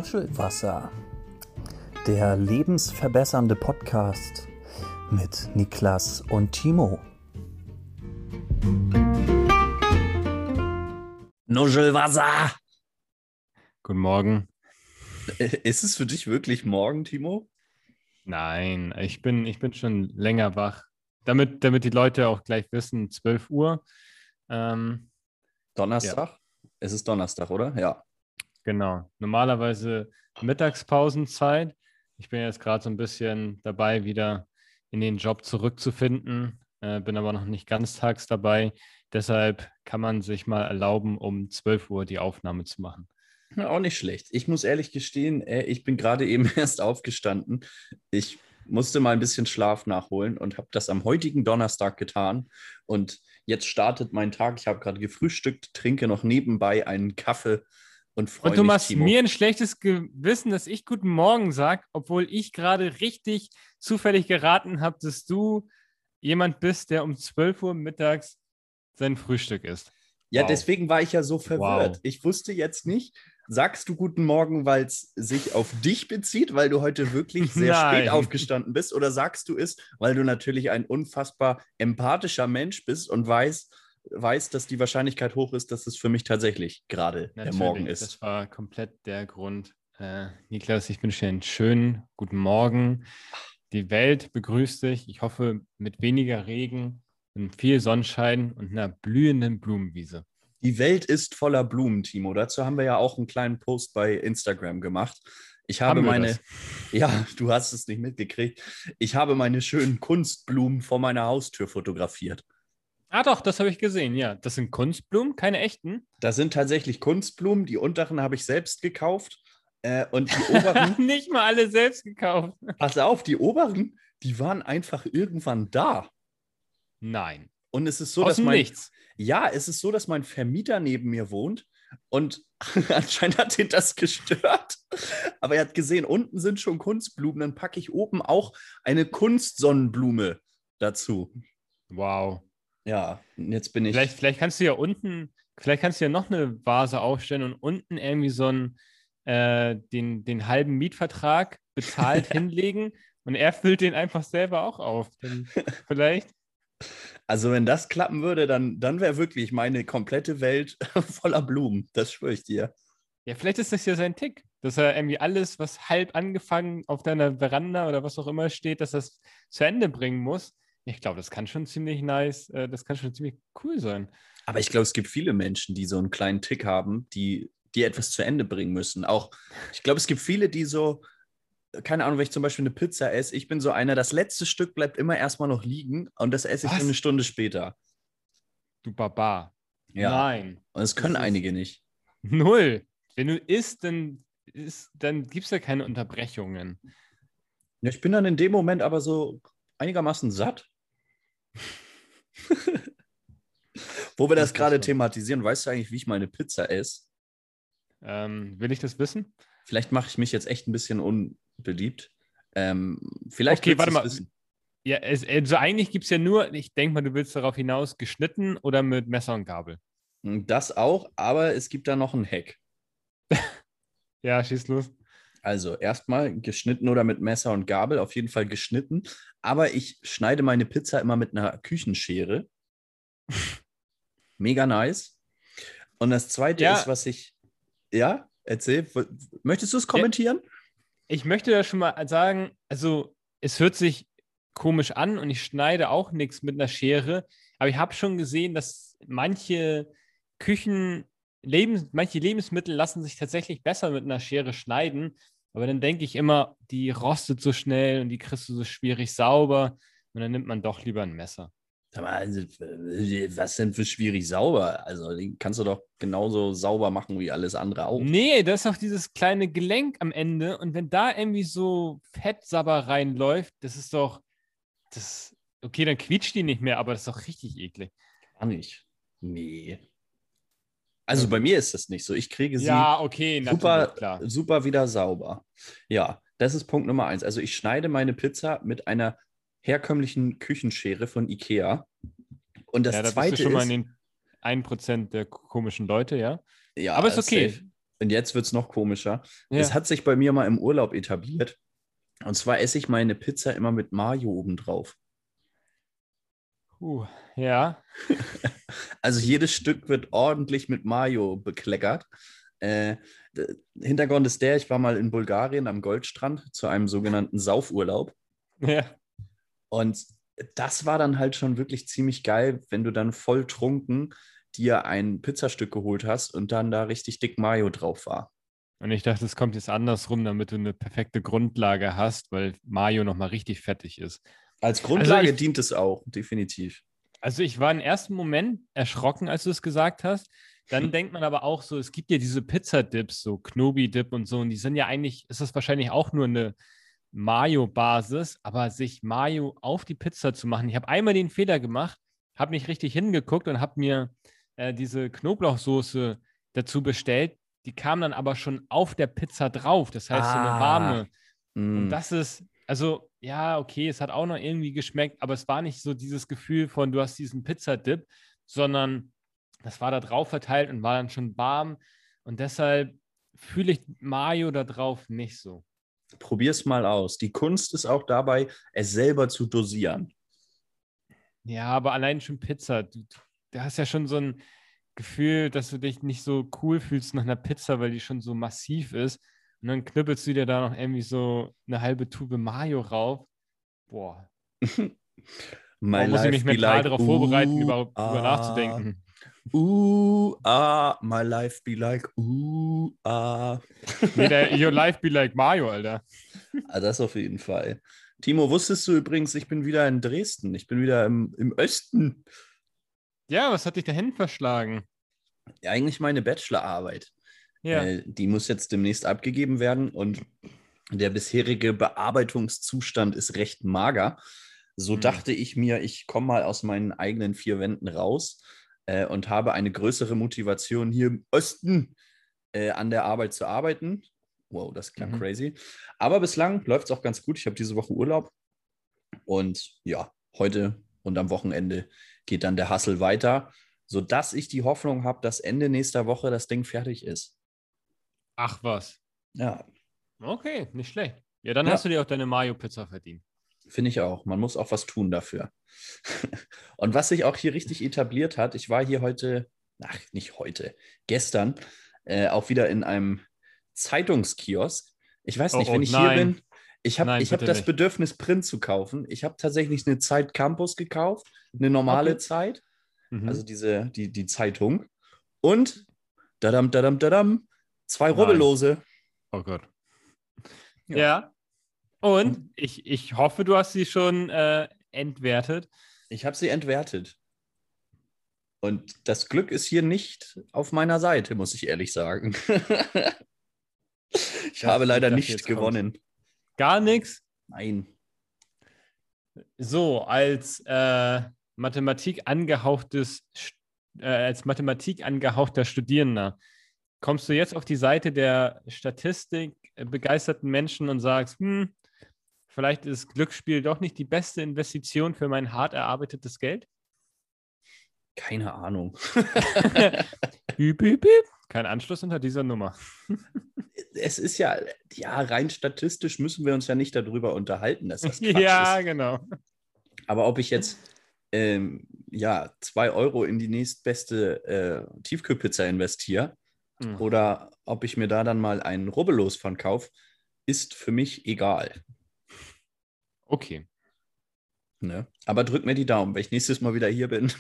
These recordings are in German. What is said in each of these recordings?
Nuschelwasser, der lebensverbessernde Podcast mit Niklas und Timo. Nuschelwasser! Guten Morgen. Ist es für dich wirklich morgen, Timo? Nein, ich bin schon länger wach. Damit die Leute auch gleich wissen, 12 Uhr. Donnerstag? Ja. Es ist Donnerstag, oder? Ja. Genau. Normalerweise Mittagspausenzeit. Ich bin jetzt gerade so ein bisschen dabei, wieder in den Job zurückzufinden. Bin aber noch nicht ganztags dabei. Deshalb kann man sich mal erlauben, um 12 Uhr die Aufnahme zu machen. Ja, auch nicht schlecht. Ich muss ehrlich gestehen, ich bin gerade eben erst aufgestanden. Ich musste mal ein bisschen Schlaf nachholen und habe das am heutigen Donnerstag getan. Und jetzt startet mein Tag. Ich habe gerade gefrühstückt, trinke noch nebenbei einen Kaffee und freue Und du mich, machst Timo. mir ein schlechtes Gewissen, dass ich Guten Morgen sage, obwohl ich gerade richtig zufällig geraten habe, dass du jemand bist, der um 12 Uhr mittags sein Frühstück isst. Ja, Wow. deswegen war ich ja so verwirrt. Wow. Ich wusste jetzt nicht, sagst du Guten Morgen, weil es sich auf dich bezieht, weil du heute wirklich sehr spät Nein. aufgestanden bist, oder sagst du es, weil du natürlich ein unfassbar empathischer Mensch bist und weißt, dass die Wahrscheinlichkeit hoch ist, dass es für mich tatsächlich gerade der Morgen ist. Das war komplett der Grund. Niklas, ich wünsche dir einen schönen guten Morgen. Die Welt begrüßt dich. Ich hoffe, mit weniger Regen und viel Sonnenschein und einer blühenden Blumenwiese. Die Welt ist voller Blumen, Timo. Dazu haben wir ja auch einen kleinen Post bei Instagram gemacht. Ich habe ja, du hast es nicht mitgekriegt. Ich habe meine schönen Kunstblumen vor meiner Haustür fotografiert. Ah doch, das habe ich gesehen, ja. Das sind Kunstblumen, keine echten? Das sind tatsächlich Kunstblumen. Die unteren habe ich selbst gekauft. Und die oberen, Nicht mal alle selbst gekauft. pass auf, die oberen, die waren einfach irgendwann da. Nein. Und es ist so, Aus dem Nichts. Ja, es ist so, dass mein Vermieter neben mir wohnt und anscheinend hat ihn das gestört. Aber er hat gesehen, unten sind schon Kunstblumen, dann packe ich oben auch eine Kunstsonnenblume dazu. Wow. Ja, und jetzt bin ich. Vielleicht kannst du ja unten, vielleicht kannst du ja noch eine Vase aufstellen und unten irgendwie so einen, den halben Mietvertrag bezahlt hinlegen und er füllt den einfach selber auch auf. Dann vielleicht. Also, wenn das klappen würde, dann wäre wirklich meine komplette Welt voller Blumen. Das schwöre ich dir. Ja, vielleicht ist das ja sein Tick, dass er irgendwie alles, was halb angefangen auf deiner Veranda oder was auch immer steht, dass das zu Ende bringen muss. Ich glaube, das kann schon ziemlich nice, das kann schon ziemlich cool sein. Aber ich glaube, es gibt viele Menschen, die so einen kleinen Tick haben, die etwas zu Ende bringen müssen. Auch, ich glaube, es gibt viele, die so, keine Ahnung, wenn ich zum Beispiel eine Pizza esse, ich bin so einer, das letzte Stück bleibt immer erstmal noch liegen und das esse ich Was? dann eine Stunde später. Du Barbar. Ja. Nein. Und das können einige nicht. Null. Wenn du isst, dann gibt es ja keine Unterbrechungen. Ja, ich bin dann in dem Moment aber so einigermaßen satt. Wo wir das gerade thematisieren, weißt du eigentlich, wie ich meine Pizza esse? Will ich das wissen? Vielleicht mache ich mich jetzt echt ein bisschen unbeliebt. Vielleicht Okay, willst warte du es mal. wissen. Ja, also eigentlich gibt es ja nur, ich denke mal, du willst darauf hinaus, geschnitten oder mit Messer und Gabel. Das auch, aber es gibt da noch einen Hack. Ja, schieß los. Also erstmal geschnitten oder mit Messer und Gabel, auf jeden Fall geschnitten. Aber ich schneide meine Pizza immer mit einer Küchenschere. Mega nice. Und das Zweite ist, was ich... Ja, erzähl. Möchtest du es kommentieren? Ja, ich möchte da schon mal sagen, also es hört sich komisch an und ich schneide auch nichts mit einer Schere, aber ich habe schon gesehen, dass manche Lebensmittel lassen sich tatsächlich besser mit einer Schere schneiden, aber dann denke ich immer, die rostet so schnell und die kriegst du so schwierig sauber und dann nimmt man doch lieber ein Messer. Also, was denn für schwierig sauber? Also, den kannst du doch genauso sauber machen wie alles andere auch. Nee, da ist doch dieses kleine Gelenk am Ende und wenn da irgendwie so Fettsabber reinläuft, das ist doch, okay, dann quietscht die nicht mehr, aber das ist doch richtig eklig. Gar nicht. Nee. Also bei mir ist das nicht so. Ich kriege sie okay, super, klar. super wieder sauber. Ja, das ist Punkt Nummer 1. Also ich schneide meine Pizza mit einer herkömmlichen Küchenschere von Ikea. Und das da Zweite bist du schon mal in ist... den 1% der komischen Leute, ja? Ja, Aber ist okay. safe. Und jetzt wird es noch komischer. Ja. Es hat sich bei mir mal im Urlaub etabliert. Und zwar esse ich meine Pizza immer mit Mayo obendrauf. Ja. Also jedes Stück wird ordentlich mit Mayo bekleckert. Hintergrund ist der, ich war mal in Bulgarien am Goldstrand zu einem sogenannten Saufurlaub. Ja. Und das war dann halt schon wirklich ziemlich geil, wenn du dann voll trunken dir ein Pizzastück geholt hast und dann da richtig dick Mayo drauf war. Und ich dachte, es kommt jetzt andersrum, damit du eine perfekte Grundlage hast, weil Mayo nochmal richtig fettig ist. Als Grundlage Also dient es auch, definitiv. Also ich war im ersten Moment erschrocken, als du es gesagt hast. Dann denkt man aber auch so, es gibt ja diese Pizzadips, so Knobi-Dip und so, und die sind ja eigentlich, ist das wahrscheinlich auch nur eine Mayo-Basis, aber sich Mayo auf die Pizza zu machen. Ich habe einmal den Fehler gemacht, habe nicht richtig hingeguckt und habe mir diese Knoblauchsoße dazu bestellt. Die kam dann aber schon auf der Pizza drauf, das heißt so eine warme. Und das ist, also ja, okay, es hat auch noch irgendwie geschmeckt, aber es war nicht so dieses Gefühl von, du hast diesen Pizzadip, sondern das war da drauf verteilt und war dann schon warm. Und deshalb fühle ich Mayo da drauf nicht so. Probier's mal aus. Die Kunst ist auch dabei, es selber zu dosieren. Ja, aber allein schon Pizza. Du hast ja schon so ein Gefühl, dass du dich nicht so cool fühlst nach einer Pizza, weil die schon so massiv ist. Und dann knüppelst du dir da noch irgendwie so eine halbe Tube Mayo rauf. Boah. My muss ich mich life be mental like, darauf vorbereiten, drüber nachzudenken. My life be like, Nee, your life be like Mayo, Alter. Das auf jeden Fall. Timo, wusstest du übrigens, ich bin wieder in Dresden. Ich bin wieder im Osten. Ja, was hat dich dahin verschlagen? Ja, eigentlich meine Bachelorarbeit. Ja. Die muss jetzt demnächst abgegeben werden und der bisherige Bearbeitungszustand ist recht mager. So dachte ich mir, ich komme mal aus meinen eigenen vier Wänden raus und habe eine größere Motivation, hier im Osten an der Arbeit zu arbeiten. Wow, das klang crazy. Aber bislang läuft es auch ganz gut. Ich habe diese Woche Urlaub. Und ja, heute und am Wochenende geht dann der Hustle weiter, sodass ich die Hoffnung habe, dass Ende nächster Woche das Ding fertig ist. Ach was. Ja. Okay, nicht schlecht. Ja, dann hast du dir auch deine Mayo-Pizza verdient. Finde ich auch. Man muss auch was tun dafür. Und was sich auch hier richtig etabliert hat, ich war hier heute, nicht heute, gestern, auch wieder in einem Zeitungskiosk. Ich weiß nicht, wenn ich hier bin, ich habe das Bedürfnis, Print zu kaufen. Ich habe tatsächlich eine Zeit Campus gekauft, eine normale Zeit, also die Zeitung. Und, dadam, 2 Rubbellose. Oh Gott. Ja. Und ich hoffe, du hast sie schon entwertet. Ich habe sie entwertet. Und das Glück ist hier nicht auf meiner Seite, muss ich ehrlich sagen. Ich habe leider nicht gewonnen. Gar nichts? Nein. So, als Mathematik angehauchter Studierender, kommst du jetzt auf die Seite der Statistik begeisterten Menschen und sagst, vielleicht ist Glücksspiel doch nicht die beste Investition für mein hart erarbeitetes Geld? Keine Ahnung. Büb, büb, büb. Kein Anschluss unter dieser Nummer. Es ist ja, rein statistisch müssen wir uns ja nicht darüber unterhalten, dass das Quatsch ja, ist. Genau. Aber ob ich jetzt 2 Euro in die nächstbeste Tiefkühlpizza investiere oder ob ich mir da dann mal einen Rubbellos von kaufe, ist für mich egal. Okay. Ne? Aber drück mir die Daumen, wenn ich nächstes Mal wieder hier bin.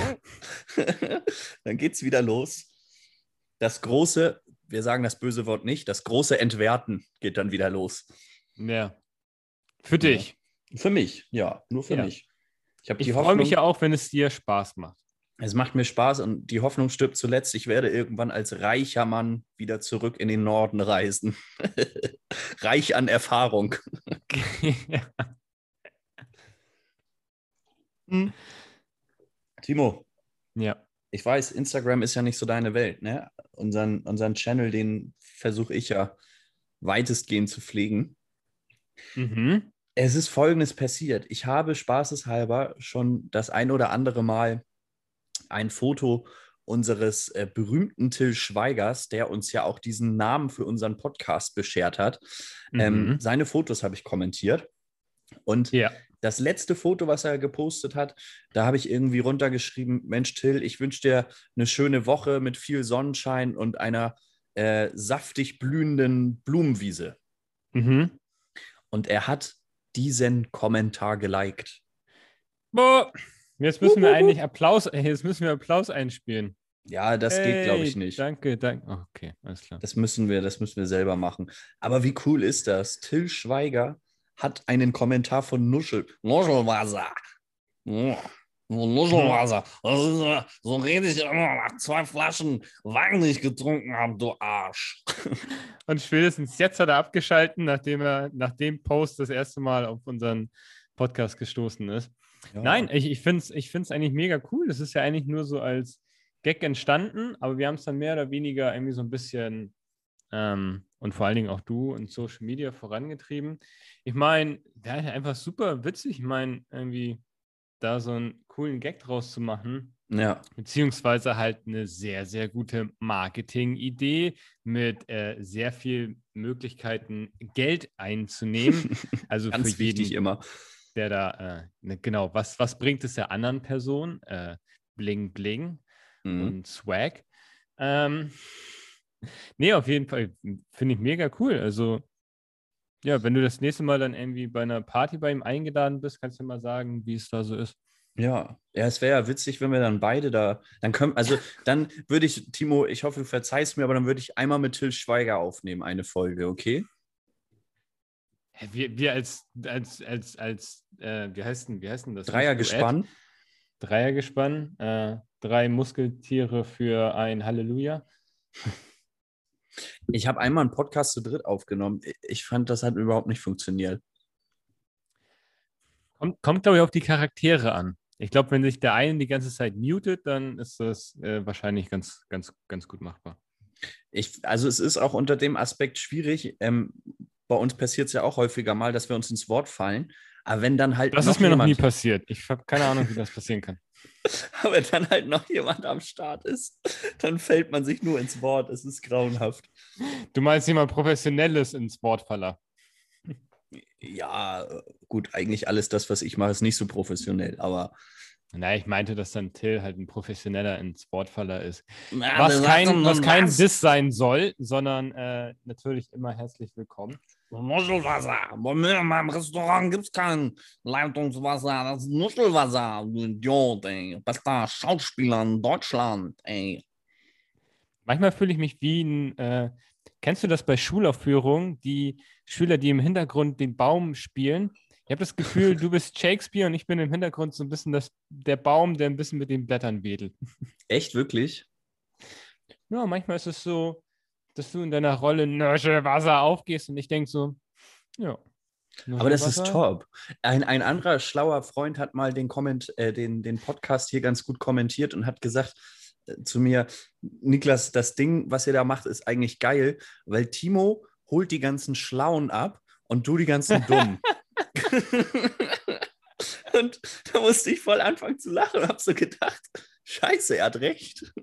Dann geht's wieder los. Das große, wir sagen das böse Wort nicht, das große Entwerten geht dann wieder los. Ja. Für dich. Für mich, ja, nur für mich. Ich freue mich ja auch, wenn es dir Spaß macht. Es macht mir Spaß und die Hoffnung stirbt zuletzt. Ich werde irgendwann als reicher Mann wieder zurück in den Norden reisen. Reich an Erfahrung. Timo. Ja. Ich weiß, Instagram ist ja nicht so deine Welt, ne? Unseren Channel, den versuche ich ja weitestgehend zu pflegen. Es ist Folgendes passiert. Ich habe spaßeshalber schon das ein oder andere Mal ein Foto unseres berühmten Till Schweigers, der uns ja auch diesen Namen für unseren Podcast beschert hat. Seine Fotos habe ich kommentiert. Und das letzte Foto, was er gepostet hat, da habe ich irgendwie runtergeschrieben, Mensch Till, ich wünsche dir eine schöne Woche mit viel Sonnenschein und einer saftig blühenden Blumenwiese. Und er hat diesen Kommentar geliked. Boah. Jetzt müssen wir eigentlich Applaus einspielen. Ja, das geht, glaube ich, nicht. Danke. Oh, okay, alles klar. Das müssen wir selber machen. Aber wie cool ist das? Till Schweiger hat einen Kommentar von Nuschelwasser. Nuschelwasser. So rede ich immer nach 2 Flaschen Wein nicht getrunken habe, du Arsch. Und spätestens jetzt hat er abgeschalten, nachdem er nach dem Post das erste Mal auf unseren Podcast gestoßen ist. Ja. Nein, ich finde es eigentlich mega cool. Das ist ja eigentlich nur so als Gag entstanden, aber wir haben es dann mehr oder weniger irgendwie so ein bisschen und vor allen Dingen auch du in Social Media vorangetrieben. Ich meine, der ist einfach super witzig. Ich meine, irgendwie da so einen coolen Gag draus zu machen, beziehungsweise halt eine sehr, sehr gute Marketing-Idee mit sehr vielen Möglichkeiten, Geld einzunehmen. Also ganz für jeden, wichtig immer. Der da, genau, was bringt es der anderen Person? Bling, Bling und Swag. Nee, auf jeden Fall finde ich mega cool. Also, ja, wenn du das nächste Mal dann irgendwie bei einer Party bei ihm eingeladen bist, kannst du mal sagen, wie es da so ist. Ja, es wäre ja witzig, wenn wir dann beide dann würde ich, Timo, ich hoffe, du verzeihst mir, aber dann würde ich einmal mit Till Schweiger aufnehmen, eine Folge, okay? Wir als wie heißt denn das? Dreiergespann. Dreiergespann, 3 Muskeltiere für ein Halleluja. Ich habe einmal einen Podcast zu dritt aufgenommen. Ich fand, das hat überhaupt nicht funktioniert. Kommt, glaube ich, auf die Charaktere an. Ich glaube, wenn sich der eine die ganze Zeit mutet, dann ist das wahrscheinlich ganz, ganz, ganz gut machbar. Also es ist auch unter dem Aspekt schwierig. Bei uns passiert es ja auch häufiger mal, dass wir uns ins Wort fallen. Aber wenn dann halt das ist mir noch nie passiert. Ich habe keine Ahnung, wie das passieren kann. Aber wenn dann halt noch jemand am Start ist, dann fällt man sich nur ins Wort. Es ist grauenhaft. Du meinst jemand Professionelles ins Wortfaller? Ja, gut, eigentlich alles das, was ich mache, ist nicht so professionell, aber... Nein, ich meinte, dass dann Till halt ein Professioneller ins Wortfaller ist. Was kein Diss sein soll, sondern natürlich immer herzlich willkommen. Nuschelwasser. Bei mir in meinem Restaurant gibt es kein Leitungswasser. Das ist Nuschelwasser, du Idiot, ey. Bester Schauspieler in Deutschland, ey. Manchmal fühle ich mich wie ein... kennst du das bei Schulaufführungen? Die Schüler, die im Hintergrund den Baum spielen. Ich habe das Gefühl, du bist Shakespeare und ich bin im Hintergrund so ein bisschen der Baum, der ein bisschen mit den Blättern wedelt. Echt, wirklich? Ja, manchmal ist es so, dass du in deiner Rolle Nuschelwasser aufgehst und ich denke so, ja. Aber das ist top. Ein anderer schlauer Freund hat mal den Podcast hier ganz gut kommentiert und hat gesagt zu mir, Niklas, das Ding, was ihr da macht, ist eigentlich geil, weil Timo holt die ganzen Schlauen ab und du die ganzen Dummen. Und da musste ich voll anfangen zu lachen und habe so gedacht, scheiße, er hat recht.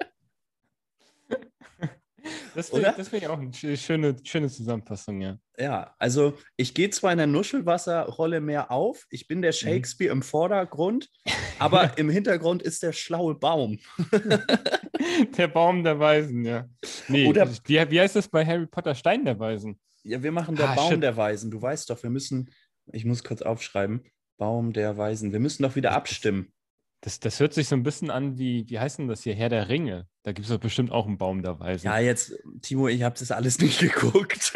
Das finde ich auch eine schöne Zusammenfassung, ja. Ja, also ich gehe zwar in der Nuschelwasserrolle mehr auf, ich bin der Shakespeare im Vordergrund, aber im Hintergrund ist der schlaue Baum. Der Baum der Weisen, ja. Nee, oder, wie heißt das bei Harry Potter? Stein der Weisen. Ja, wir machen der Baum der Weisen. Du weißt doch, ich muss kurz aufschreiben, Baum der Weisen. Wir müssen doch wieder abstimmen. Das hört sich so ein bisschen an wie heißt denn das hier? Herr der Ringe. Da gibt es doch bestimmt auch einen Baum der Weisen. Ja, jetzt, Timo, ich habe das alles nicht geguckt.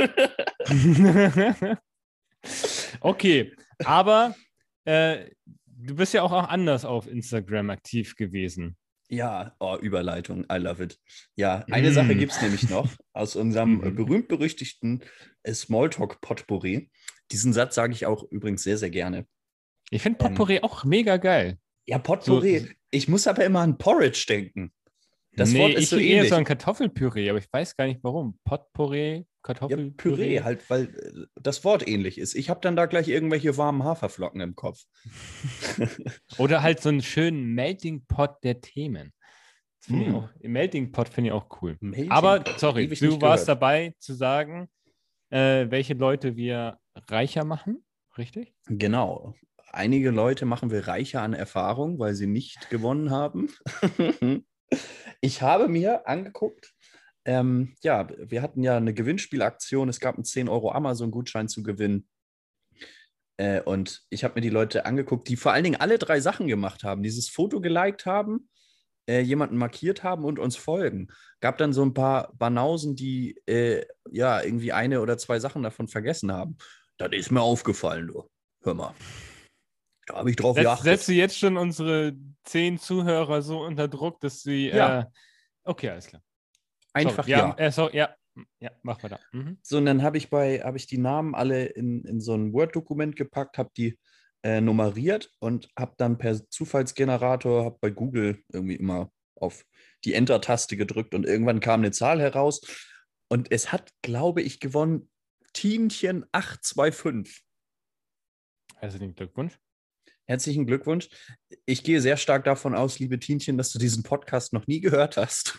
Okay, aber du bist ja auch anders auf Instagram aktiv gewesen. Ja, Überleitung, I love it. Ja, eine Sache gibt es nämlich noch aus unserem berühmt-berüchtigten Smalltalk-Potpourri. Diesen Satz sage ich auch übrigens sehr, sehr gerne. Ich finde Potpourri auch mega geil. Ja, Potpourri. So, ich muss aber immer an Porridge denken. Das Wort ist so ähnlich. Eher so an Kartoffelpüree, aber ich weiß gar nicht warum. Potpourri, Kartoffelpüree. Ja, Püree halt, weil das Wort ähnlich ist. Ich habe dann da gleich irgendwelche warmen Haferflocken im Kopf. Oder halt so einen schönen Melting Pot der Themen. Das finde ich auch, im Melting Pot finde ich auch cool. Melting Aber, Pot, sorry, ewig du nicht warst gehört. dabei zu sagen, welche Leute wir reicher machen, richtig? Genau. Einige Leute machen wir reicher an Erfahrung, weil sie nicht gewonnen haben. Ich habe mir angeguckt, ja, wir hatten ja eine Gewinnspielaktion. Es gab einen 10 € Amazon-Gutschein zu gewinnen. Und ich habe mir die Leute angeguckt, die vor allen Dingen alle 3 Sachen gemacht haben. Dieses Foto geliked haben, jemanden markiert haben und uns folgen. Gab dann so ein paar Banausen, die ja irgendwie 1 oder 2 Sachen davon vergessen haben. Das ist mir aufgefallen, du. Hör mal. Da habe ich drauf Setzt geachtet. du jetzt schon unsere 10 Zuhörer so unter Druck, dass sie. Ja. Okay, alles klar. Einfach sorry. ja. Ja, mach weiter. Mhm. So, und dann habe ich die Namen alle in so ein Word-Dokument gepackt, habe die nummeriert und habe dann per Zufallsgenerator, habe bei Google irgendwie immer auf die Enter-Taste gedrückt und irgendwann kam eine Zahl heraus und es hat, glaube ich, gewonnen Tienchen 825. Herzlichen Glückwunsch. Herzlichen Glückwunsch. Ich gehe sehr stark davon aus, liebe Tienchen, dass du diesen Podcast noch nie gehört hast.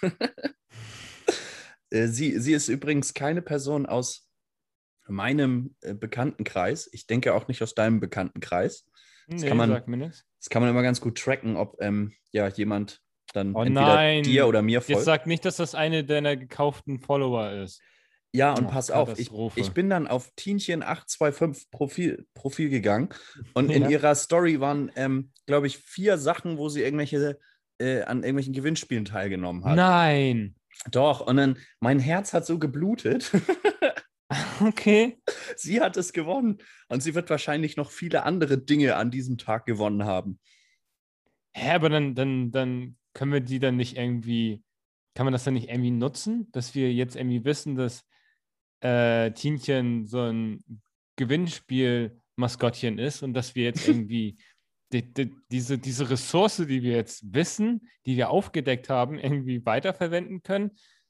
Sie ist übrigens keine Person aus meinem Bekanntenkreis. Ich denke auch nicht aus deinem Bekanntenkreis. Nee, sag mir nichts. Das kann man immer ganz gut tracken, ob ja, jemand dann Oh entweder nein. dir oder mir Jetzt folgt. sag nicht, dass das eine deiner gekauften Follower ist. Ja, und pass auf, Katastrophe. ich bin dann auf Tienchen825 Profil gegangen und in Ja. ihrer Story waren, glaube ich, 4 Sachen, wo sie an irgendwelchen Gewinnspielen teilgenommen hat. Nein. Doch, und dann mein Herz hat so geblutet. Okay. Sie hat es gewonnen und sie wird wahrscheinlich noch viele andere Dinge an diesem Tag gewonnen haben. Hä, aber dann können wir die dann nicht irgendwie, kann man das dann nicht irgendwie nutzen, dass wir jetzt irgendwie wissen, dass Tienchen so ein Gewinnspiel-Maskottchen ist und dass wir jetzt irgendwie diese Ressource, die wir jetzt wissen, die wir aufgedeckt haben, irgendwie weiterverwenden können?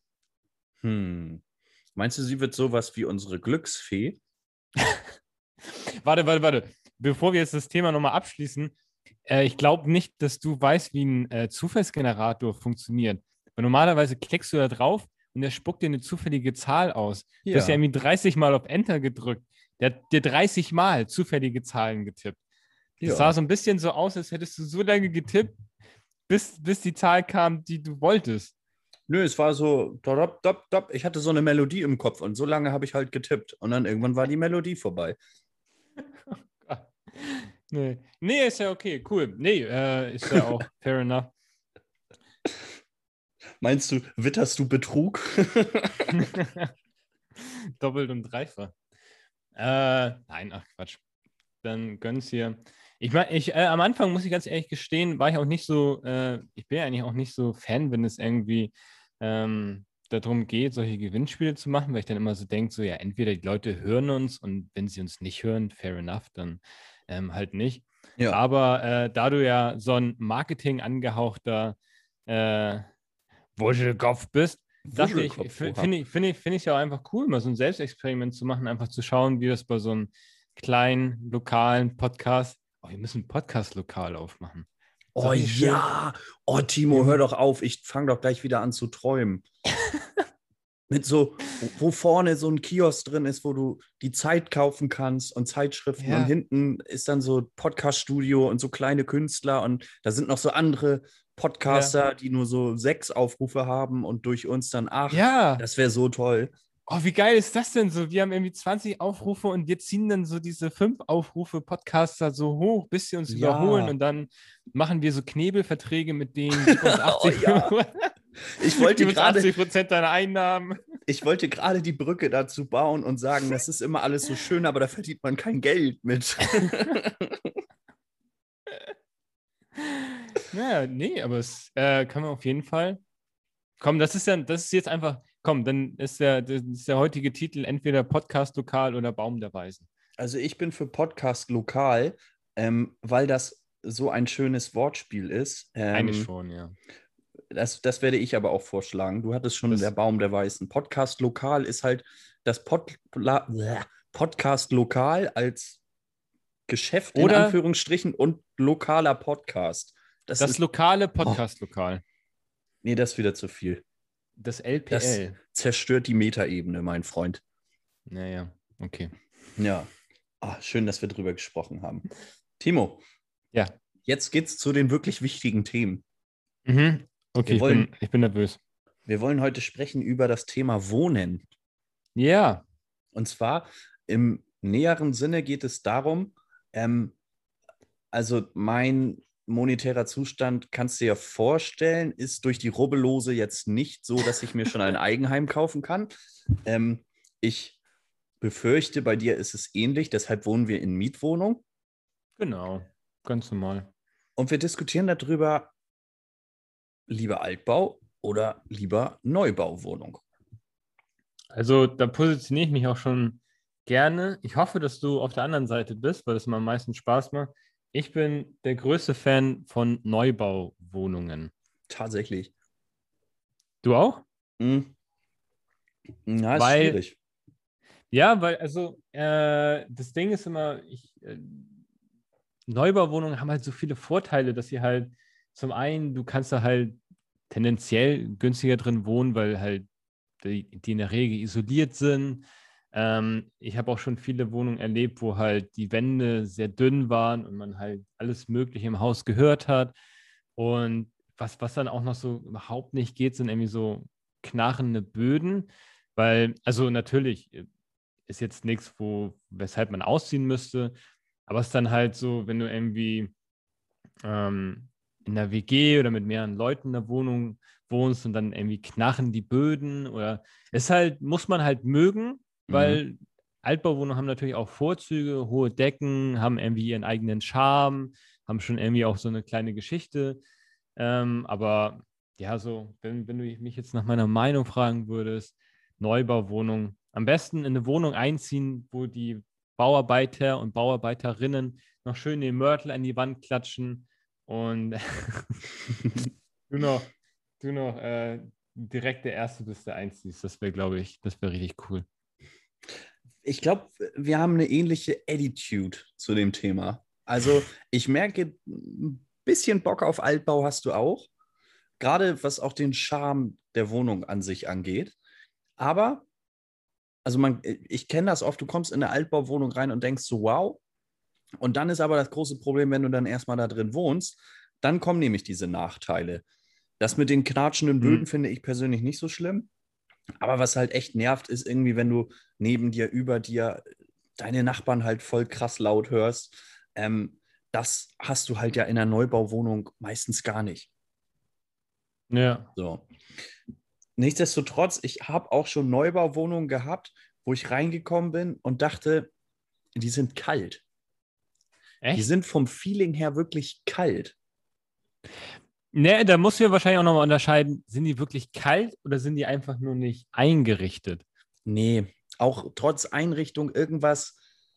Meinst du, sie wird sowas wie unsere Glücksfee? Warte. Bevor wir jetzt das Thema nochmal abschließen, ich glaube nicht, dass du weißt, wie ein Zufallsgenerator funktioniert. Weil normalerweise klickst du da drauf und der spuckt dir eine zufällige Zahl aus. Du hast ja irgendwie 30 Mal auf Enter gedrückt. Der hat dir 30 Mal zufällige Zahlen getippt. Das sah so ein bisschen so aus, als hättest du so lange getippt, bis die Zahl kam, die du wolltest. Nö, es war so, ich hatte so eine Melodie im Kopf und so lange habe ich halt getippt. Und dann irgendwann war die Melodie vorbei. Nee, ist ja okay, cool. Nee, ist ja auch fair enough. Meinst du, witterst du Betrug? Doppelt und dreifach. Nein, ach Quatsch. Dann gönn's hier. Ich meine, am Anfang muss ich ganz ehrlich gestehen, war ich auch nicht so, ich bin ja eigentlich auch nicht so Fan, wenn es irgendwie darum geht, solche Gewinnspiele zu machen, weil ich dann immer so denke, so ja, entweder die Leute hören uns und wenn sie uns nicht hören, fair enough, dann halt nicht. Ja. Aber da du ja so ein Marketing angehauchter Wuschelkopf bist, dachte ich, finde ich ja auch einfach cool, mal so ein Selbstexperiment zu machen, einfach zu schauen, wie das bei so einem kleinen, lokalen Podcast, wir müssen ein Podcast-Lokal aufmachen. Oh ja, oh Timo, hör doch auf, ich fange doch gleich wieder an zu träumen. Mit so, wo vorne so ein Kiosk drin ist, wo du die Zeit kaufen kannst und Zeitschriften und hinten ist dann so Podcast-Studio und so kleine Künstler und da sind noch so andere Podcaster, die nur so 6 Aufrufe haben und durch uns dann 8. Ja. Das wäre so toll. Oh, wie geil ist das denn so? Wir haben irgendwie 20 Aufrufe und wir ziehen dann so diese 5 Aufrufe Podcaster so hoch, bis sie uns überholen und dann machen wir so Knebelverträge mit denen, die uns 80%, Ich wollte gerade 80% deiner Einnahmen. Ich wollte gerade die Brücke dazu bauen und sagen, das ist immer alles so schön, aber da verdient man kein Geld mit. Naja, nee, aber es kann man auf jeden Fall. Komm, das ist jetzt einfach. Komm, dann ist der heutige Titel entweder Podcast Lokal oder Baum der Weisen. Also ich bin für Podcast Lokal, weil das so ein schönes Wortspiel ist. Eigentlich schon, ja. Das werde ich aber auch vorschlagen. Du hattest schon der Baum der Weisen. Podcast Lokal ist halt das Podcast Lokal als Geschäft in Anführungsstrichen und lokaler Podcast. Das lokale Podcast-Lokal. Nee, das ist wieder zu viel. Das Das LPL. zerstört die Metaebene, mein Freund. Naja, okay. Ja. Schön, dass wir drüber gesprochen haben. Timo, Ja. jetzt geht's zu den wirklich wichtigen Themen. Mhm. Okay, ich bin nervös. Wir wollen heute sprechen über das Thema Wohnen. Ja. Und zwar im näheren Sinne geht es darum, also mein monetärer Zustand, kannst du dir vorstellen, ist durch die Rubbellose jetzt nicht so, dass ich mir schon ein Eigenheim kaufen kann. Ich befürchte, bei dir ist es ähnlich, deshalb wohnen wir in Mietwohnung. Genau, ganz normal. Und wir diskutieren darüber, lieber Altbau oder lieber Neubauwohnung. Also da positioniere ich mich auch schon gerne. Ich hoffe, dass du auf der anderen Seite bist, weil das mir am meisten Spaß macht. Ich bin der größte Fan von Neubauwohnungen. Tatsächlich. Du auch? Na, ist Weil, schwierig. ja, weil, also, das Ding ist immer, Neubauwohnungen haben halt so viele Vorteile, dass sie halt zum einen, du kannst da halt tendenziell günstiger drin wohnen, weil halt die in der Regel isoliert sind. Ich habe auch schon viele Wohnungen erlebt, wo halt die Wände sehr dünn waren und man halt alles Mögliche im Haus gehört hat. Und was dann auch noch so überhaupt nicht geht, sind irgendwie so knarrende Böden, weil, also natürlich ist jetzt nichts, weshalb man ausziehen müsste, aber es ist dann halt so, wenn du irgendwie in der WG oder mit mehreren Leuten in der Wohnung wohnst und dann irgendwie knarren die Böden oder es halt, muss man halt mögen, weil Altbauwohnungen haben natürlich auch Vorzüge, hohe Decken, haben irgendwie ihren eigenen Charme, haben schon irgendwie auch so eine kleine Geschichte. Aber ja, so, wenn du mich jetzt nach meiner Meinung fragen würdest, Neubauwohnung, am besten in eine Wohnung einziehen, wo die Bauarbeiter und Bauarbeiterinnen noch schön den Mörtel an die Wand klatschen und du noch direkt der Erste bist, der einziehst. Das wäre, glaube ich, das wäre richtig cool. Ich glaube, wir haben eine ähnliche Attitude zu dem Thema. Also ich merke, ein bisschen Bock auf Altbau hast du auch. Gerade was auch den Charme der Wohnung an sich angeht. Aber, also ich kenne das oft, du kommst in eine Altbauwohnung rein und denkst so, wow. Und dann ist aber das große Problem, wenn du dann erstmal da drin wohnst, dann kommen nämlich diese Nachteile. Das mit den knatschenden Böden finde ich persönlich nicht so schlimm. Aber was halt echt nervt, ist irgendwie, wenn du neben dir, über dir deine Nachbarn halt voll krass laut hörst. Das hast du halt ja in einer Neubauwohnung meistens gar nicht. Ja. So. Nichtsdestotrotz, ich habe auch schon Neubauwohnungen gehabt, wo ich reingekommen bin und dachte, die sind kalt. Echt? Die sind vom Feeling her wirklich kalt. Ne, da musst du ja wahrscheinlich auch nochmal unterscheiden, sind die wirklich kalt oder sind die einfach nur nicht eingerichtet? Nee, auch trotz Einrichtung irgendwas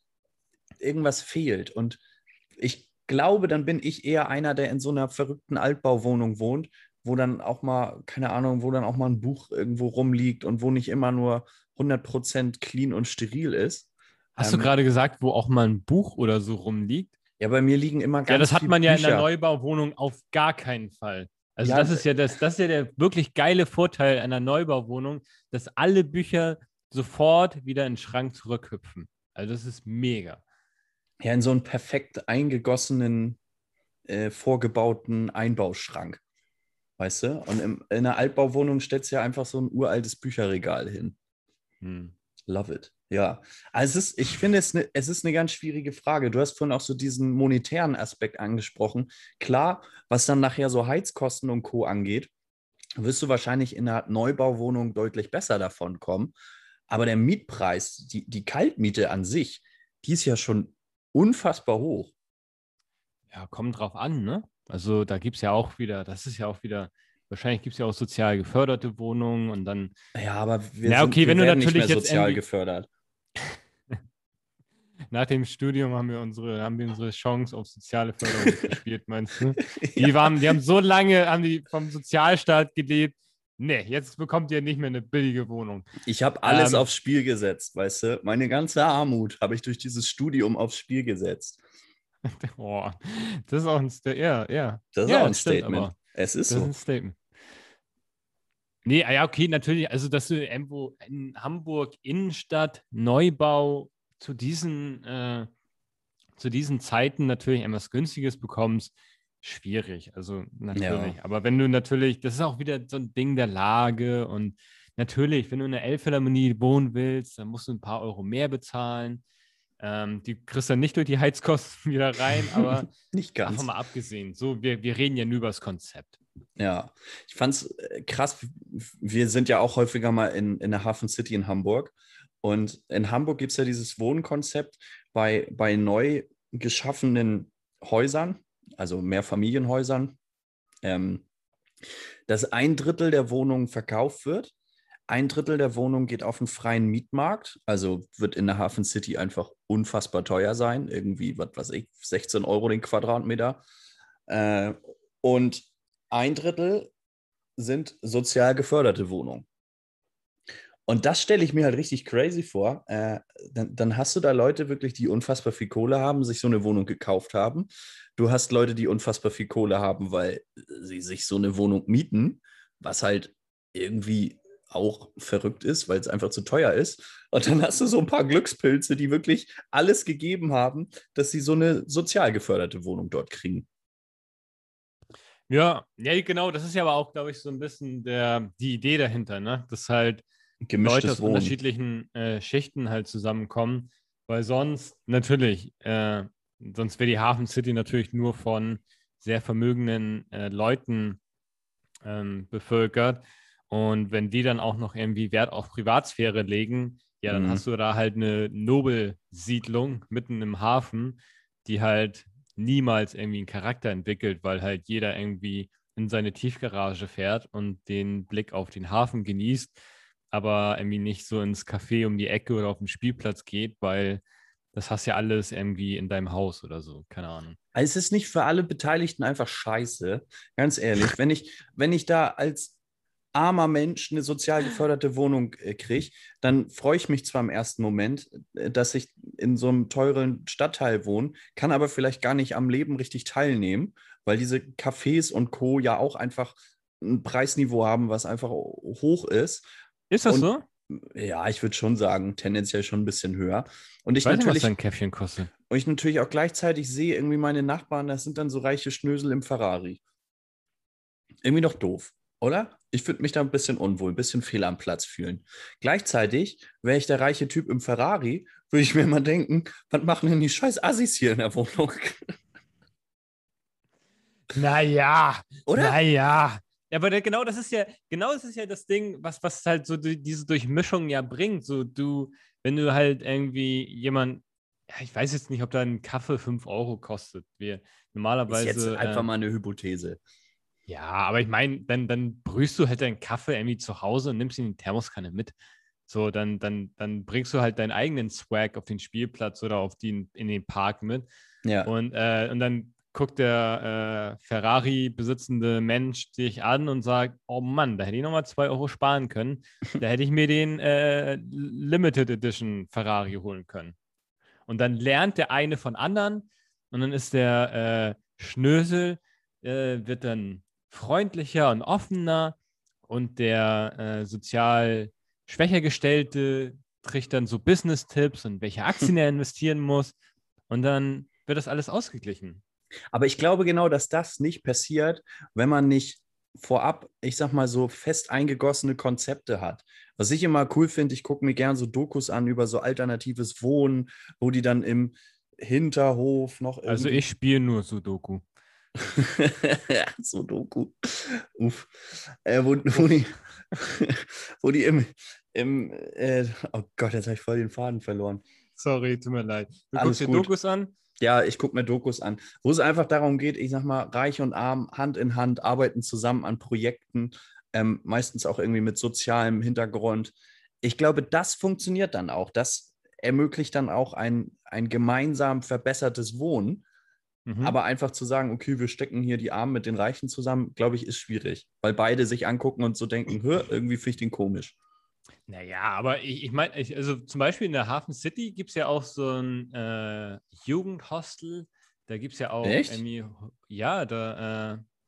fehlt. Und ich glaube, dann bin ich eher einer, der in so einer verrückten Altbauwohnung wohnt, wo dann auch mal, keine Ahnung, wo dann auch mal ein Buch irgendwo rumliegt und wo nicht immer nur 100% clean und steril ist. Hast du gerade gesagt, wo auch mal ein Buch oder so rumliegt? Ja, bei mir liegen immer ganz Ja, das hat viele man ja in der Bücher. Neubauwohnung auf gar keinen Fall. Also Ja, das ist ja der wirklich geile Vorteil einer Neubauwohnung, dass alle Bücher sofort wieder in den Schrank zurückhüpfen. Also das ist mega. Ja, in so einen perfekt eingegossenen, vorgebauten Einbauschrank. Weißt du? Und in einer Altbauwohnung stellst du ja einfach so ein uraltes Bücherregal hin. Love it. Ja. Also ich finde, es ist eine ganz schwierige Frage. Du hast vorhin auch so diesen monetären Aspekt angesprochen. Klar, was dann nachher so Heizkosten und Co. angeht, wirst du wahrscheinlich in einer Neubauwohnung deutlich besser davon kommen. Aber der Mietpreis, die Kaltmiete an sich, die ist ja schon unfassbar hoch. Ja, kommt drauf an, ne? Also da gibt es ja auch wieder, wahrscheinlich gibt es ja auch sozial geförderte Wohnungen und dann. Ja, aber wir wenn du werden nicht natürlich mehr jetzt sozial gefördert. nach dem Studium haben wir unsere Chance auf soziale Förderung gespielt, meinst du? Ja. Die haben so lange, vom Sozialstaat gelebt. Nee, jetzt bekommt ihr nicht mehr eine billige Wohnung. Ich habe alles aufs Spiel gesetzt, weißt du? Meine ganze Armut habe ich durch dieses Studium aufs Spiel gesetzt. Das ist auch ein Statement. Ja. Das ist Ja, auch ein stimmt, Statement. aber Es ist das so. ist ein Statement. Nee, ja, okay, natürlich. Also, dass du irgendwo in Hamburg Innenstadt, Neubau zu diesen Zeiten natürlich etwas Günstiges bekommst, schwierig. Also, Ja. natürlich. Aber wenn du natürlich, das ist auch wieder so ein Ding der Lage und natürlich, wenn du in der Elbphilharmonie wohnen willst, dann musst du ein paar Euro mehr bezahlen. Die kriegst dann nicht durch die Heizkosten wieder rein, aber Nicht davon ganz. mal abgesehen. So, wir reden ja nur über das Konzept. Ja, ich fand's krass. Wir sind ja auch häufiger mal in der Hafen City in Hamburg. Und in Hamburg gibt es ja dieses Wohnkonzept bei neu geschaffenen Häusern, also Mehrfamilienhäusern, ähm, dass ein Drittel der Wohnungen verkauft wird. Ein Drittel der Wohnungen geht auf den freien Mietmarkt, also wird in der Hafen City einfach unfassbar teuer sein. Irgendwie, was weiß ich, 16 Euro den Quadratmeter. Äh, und ein Drittel sind sozial geförderte Wohnungen. Und das stelle ich mir halt richtig crazy vor. Dann hast du da Leute wirklich, die unfassbar viel Kohle haben, sich so eine Wohnung gekauft haben. Du hast Leute, die unfassbar viel Kohle haben, weil sie sich so eine Wohnung mieten, was halt irgendwie auch verrückt ist, weil es einfach zu teuer ist. Und dann hast du so ein paar Glückspilze, die wirklich alles gegeben haben, dass sie so eine sozial geförderte Wohnung dort kriegen. Ja, ja, genau. Das ist ja aber auch, glaube ich, so ein bisschen die Idee dahinter, ne? Dass halt Leute Gemischtes aus Wohnen. unterschiedlichen Schichten halt zusammenkommen, weil sonst natürlich, sonst wäre die Hafen City natürlich nur von sehr vermögenden Leuten bevölkert. Und wenn die dann auch noch irgendwie Wert auf Privatsphäre legen, ja, dann hast du da halt eine Nobelsiedlung mitten im Hafen, die halt niemals irgendwie einen Charakter entwickelt, weil halt jeder irgendwie in seine Tiefgarage fährt und den Blick auf den Hafen genießt, aber irgendwie nicht so ins Café um die Ecke oder auf den Spielplatz geht, weil das hast ja alles irgendwie in deinem Haus oder so, keine Ahnung. Also es ist nicht für alle Beteiligten einfach scheiße, ganz ehrlich. Wenn ich da als armer Mensch eine sozial geförderte Wohnung kriege, dann freue ich mich zwar im ersten Moment, dass ich in so einem teuren Stadtteil wohne, kann aber vielleicht gar nicht am Leben richtig teilnehmen, weil diese Cafés und Co. ja auch einfach ein Preisniveau haben, was einfach hoch ist. Ist das Und so? ja, ich würde schon sagen, tendenziell schon ein bisschen höher. Und Ich weiß nicht, was dein Käffchen kostet. und ich natürlich auch gleichzeitig sehe, irgendwie meine Nachbarn, das sind dann so reiche Schnösel im Ferrari. Irgendwie noch doof, oder? Ich würde mich da ein bisschen unwohl, ein bisschen fehl am Platz fühlen. Gleichzeitig wäre ich der reiche Typ im Ferrari, würde ich mir mal denken, was machen denn die scheiß Assis hier in der Wohnung? Naja, Oder? naja. Ja, aber genau das ist ja das Ding, was halt so diese Durchmischung ja bringt. So wenn du halt irgendwie ja, ich weiß jetzt nicht, ob da ein Kaffee 5 Euro kostet. Wir Ist jetzt normalerweise, einfach mal eine Hypothese. ja, aber ich meine, dann brühst du halt deinen Kaffee irgendwie zu Hause und nimmst ihn in die Thermoskanne mit. So, dann bringst du halt deinen eigenen Swag auf den Spielplatz oder in den Park mit. Ja. Und dann guckt der Ferrari besitzende Mensch dich an und sagt, oh Mann, da hätte ich nochmal 2 Euro sparen können. Da hätte ich mir den Limited Edition Ferrari holen können. Und dann lernt der eine von anderen und dann ist der Schnösel, wird dann freundlicher und offener und der sozial schwächer Gestellte kriegt dann so Business-Tipps und welche Aktien er investieren muss. Und dann wird das alles ausgeglichen. Aber ich glaube genau, dass das nicht passiert, wenn man nicht vorab, ich sag mal, so fest eingegossene Konzepte hat. Was ich immer cool finde, ich gucke mir gerne so Dokus an über so alternatives Wohnen, wo die dann im Hinterhof noch irgendwie. Also ich spiele nur Sudoku. Sudoku. Uff. Wo die, wo die oh Gott, jetzt habe ich voll den Faden verloren. Sorry, tut mir leid. Du Alles guckst dir gut. Dokus an? Ja, ich gucke mir Dokus an, wo es einfach darum geht, ich sag mal, Reich und Arm, Hand in Hand, arbeiten zusammen an Projekten, meistens auch irgendwie mit sozialem Hintergrund. Ich glaube, das funktioniert dann auch. Das ermöglicht dann auch ein gemeinsam verbessertes Wohnen. Aber einfach zu sagen, okay, wir stecken hier die Armen mit den Reichen zusammen, glaube ich, ist schwierig, weil beide sich angucken und so denken, irgendwie finde ich den komisch. Naja, aber ich meine, also zum Beispiel in der Hafen City gibt es ja auch so ein Jugendhostel. Da gibt es ja auch Echt? irgendwie, ja, da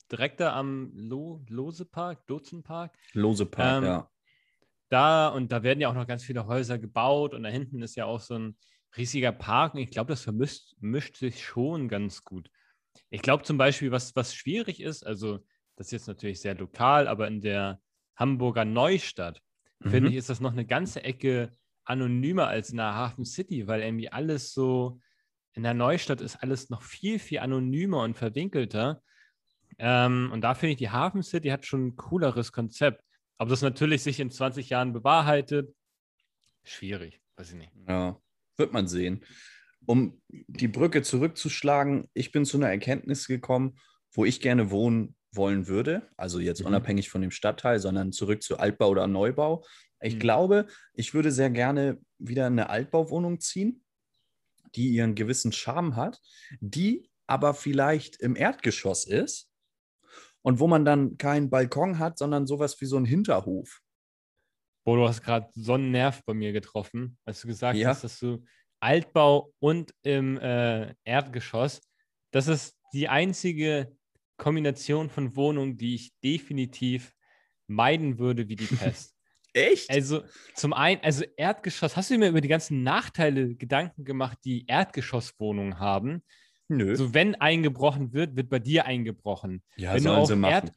direkt da am Losepark, Lotsenpark. Losepark, ja. Da werden ja auch noch ganz viele Häuser gebaut und da hinten ist ja auch so ein riesiger Park und ich glaube, das mischt sich schon ganz gut. Ich glaube zum Beispiel, was schwierig ist, also das ist jetzt natürlich sehr lokal, aber in der Hamburger Neustadt, finde ich, ist das noch eine ganze Ecke anonymer als in der Hafen City, weil irgendwie alles so, in der Neustadt ist alles noch viel, viel anonymer und verwinkelter. Und da finde ich, die Hafen City hat schon ein cooleres Konzept. Ob das natürlich sich in 20 Jahren bewahrheitet, schwierig, weiß ich nicht. Ja, wird man sehen. Um die Brücke zurückzuschlagen, ich bin zu einer Erkenntnis gekommen, wo ich gerne wohnen wollen würde. Also jetzt unabhängig von dem Stadtteil, sondern zurück zu Altbau oder Neubau. Ich glaube, ich würde sehr gerne wieder in eine Altbauwohnung ziehen, die ihren gewissen Charme hat, die aber vielleicht im Erdgeschoss ist und wo man dann keinen Balkon hat, sondern sowas wie so einen Hinterhof. Boah, du hast gerade so einen Nerv bei mir getroffen, als du gesagt Ja. hast, dass du Altbau und im Erdgeschoss, das ist die einzige Kombination von Wohnungen, die ich definitiv meiden würde wie die Pest. Echt? Also zum einen, also Erdgeschoss, hast du dir mal über die ganzen Nachteile Gedanken gemacht, die Erdgeschosswohnungen haben? Nö. So, wenn eingebrochen wird, wird bei dir eingebrochen. Ja, Wenn du sollen auf sie machen.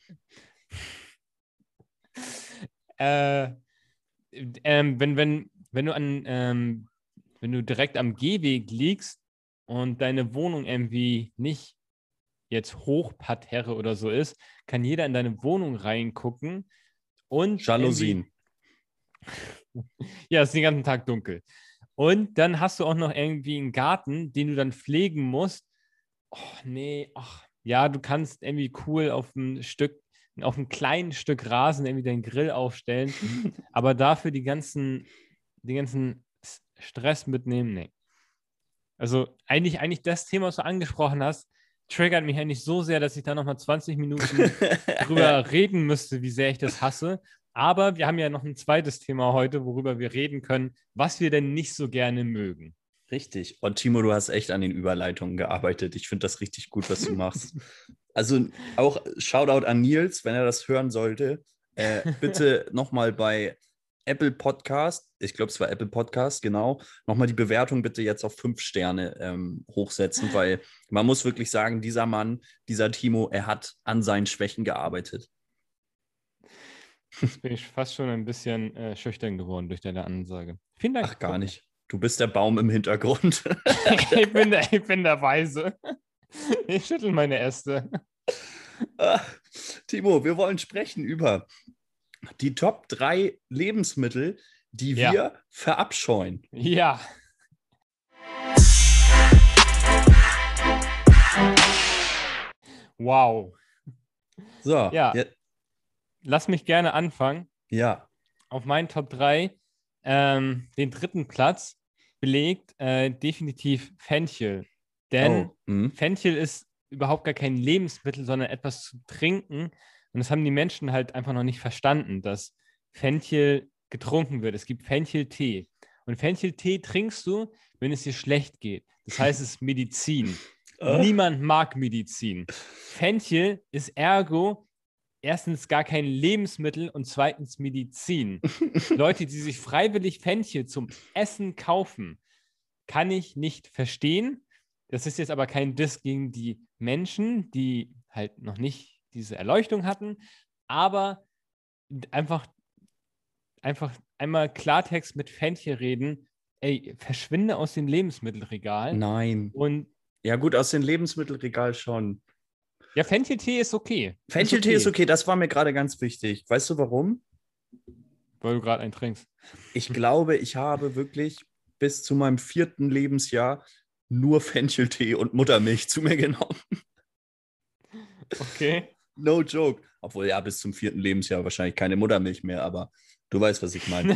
Wenn du direkt am Gehweg liegst und deine Wohnung irgendwie nicht jetzt Hochparterre oder so ist, kann jeder in deine Wohnung reingucken und Jalousien. ja, es ist den ganzen Tag dunkel. Und dann hast du auch noch irgendwie einen Garten, den du dann pflegen musst. Oh, nee, ach, ja, du kannst irgendwie cool auf ein kleinen Stück Rasen irgendwie deinen Grill aufstellen, aber dafür den ganzen Stress mitnehmen, nee. Also eigentlich das Thema, was du angesprochen hast, triggert mich eigentlich so sehr, dass ich da nochmal 20 Minuten drüber reden müsste, wie sehr ich das hasse. Aber wir haben ja noch ein zweites Thema heute, worüber wir reden können, was wir denn nicht so gerne mögen. Richtig. Und Timo, du hast echt an den Überleitungen gearbeitet. Ich finde das richtig gut, was du machst. Also auch Shoutout an Nils, wenn er das hören sollte. Bitte nochmal bei Apple Podcast, ich glaube, es war Apple Podcast, genau, nochmal die Bewertung bitte jetzt auf 5 Sterne hochsetzen, weil man muss wirklich sagen, dieser Mann, dieser Timo, er hat an seinen Schwächen gearbeitet. Jetzt bin ich fast schon ein bisschen schüchtern geworden durch deine Ansage. Vielen Dank. Ach, gar nicht. Du bist der Baum im Hintergrund. Ich bin der Weise. Ich schüttel meine Äste. Timo, wir wollen sprechen über die Top 3 Lebensmittel, die wir verabscheuen. Ja. Wow. So, ja. Lass mich gerne anfangen. Ja. Auf meinen Top 3, den 3. Platz belegt definitiv Fenchel. Denn Fenchel ist überhaupt gar kein Lebensmittel, sondern etwas zu trinken. Und das haben die Menschen halt einfach noch nicht verstanden, dass Fenchel getrunken wird. Es gibt Fencheltee. Und Fencheltee trinkst du, wenn es dir schlecht geht. Das heißt, es ist Medizin. Niemand mag Medizin. Fenchel ist ergo erstens gar kein Lebensmittel und zweitens Medizin. Leute, die sich freiwillig Fenchel zum Essen kaufen, kann ich nicht verstehen. Das ist jetzt aber kein Diss gegen die Menschen, die halt noch nicht diese Erleuchtung hatten, aber einfach einmal Klartext mit Fenchel reden. Ey, verschwinde aus dem Lebensmittelregal. Nein. Und ja gut, aus dem Lebensmittelregal schon. Ja, Fencheltee ist okay. Fencheltee ist okay, das war mir gerade ganz wichtig. Weißt du warum? Weil du gerade einen trinkst. Ich glaube, ich habe wirklich bis zu meinem 4. Lebensjahr nur Fencheltee und Muttermilch zu mir genommen. Okay. No joke. Obwohl, ja, bis zum 4. Lebensjahr wahrscheinlich keine Muttermilch mehr, aber du weißt, was ich meine.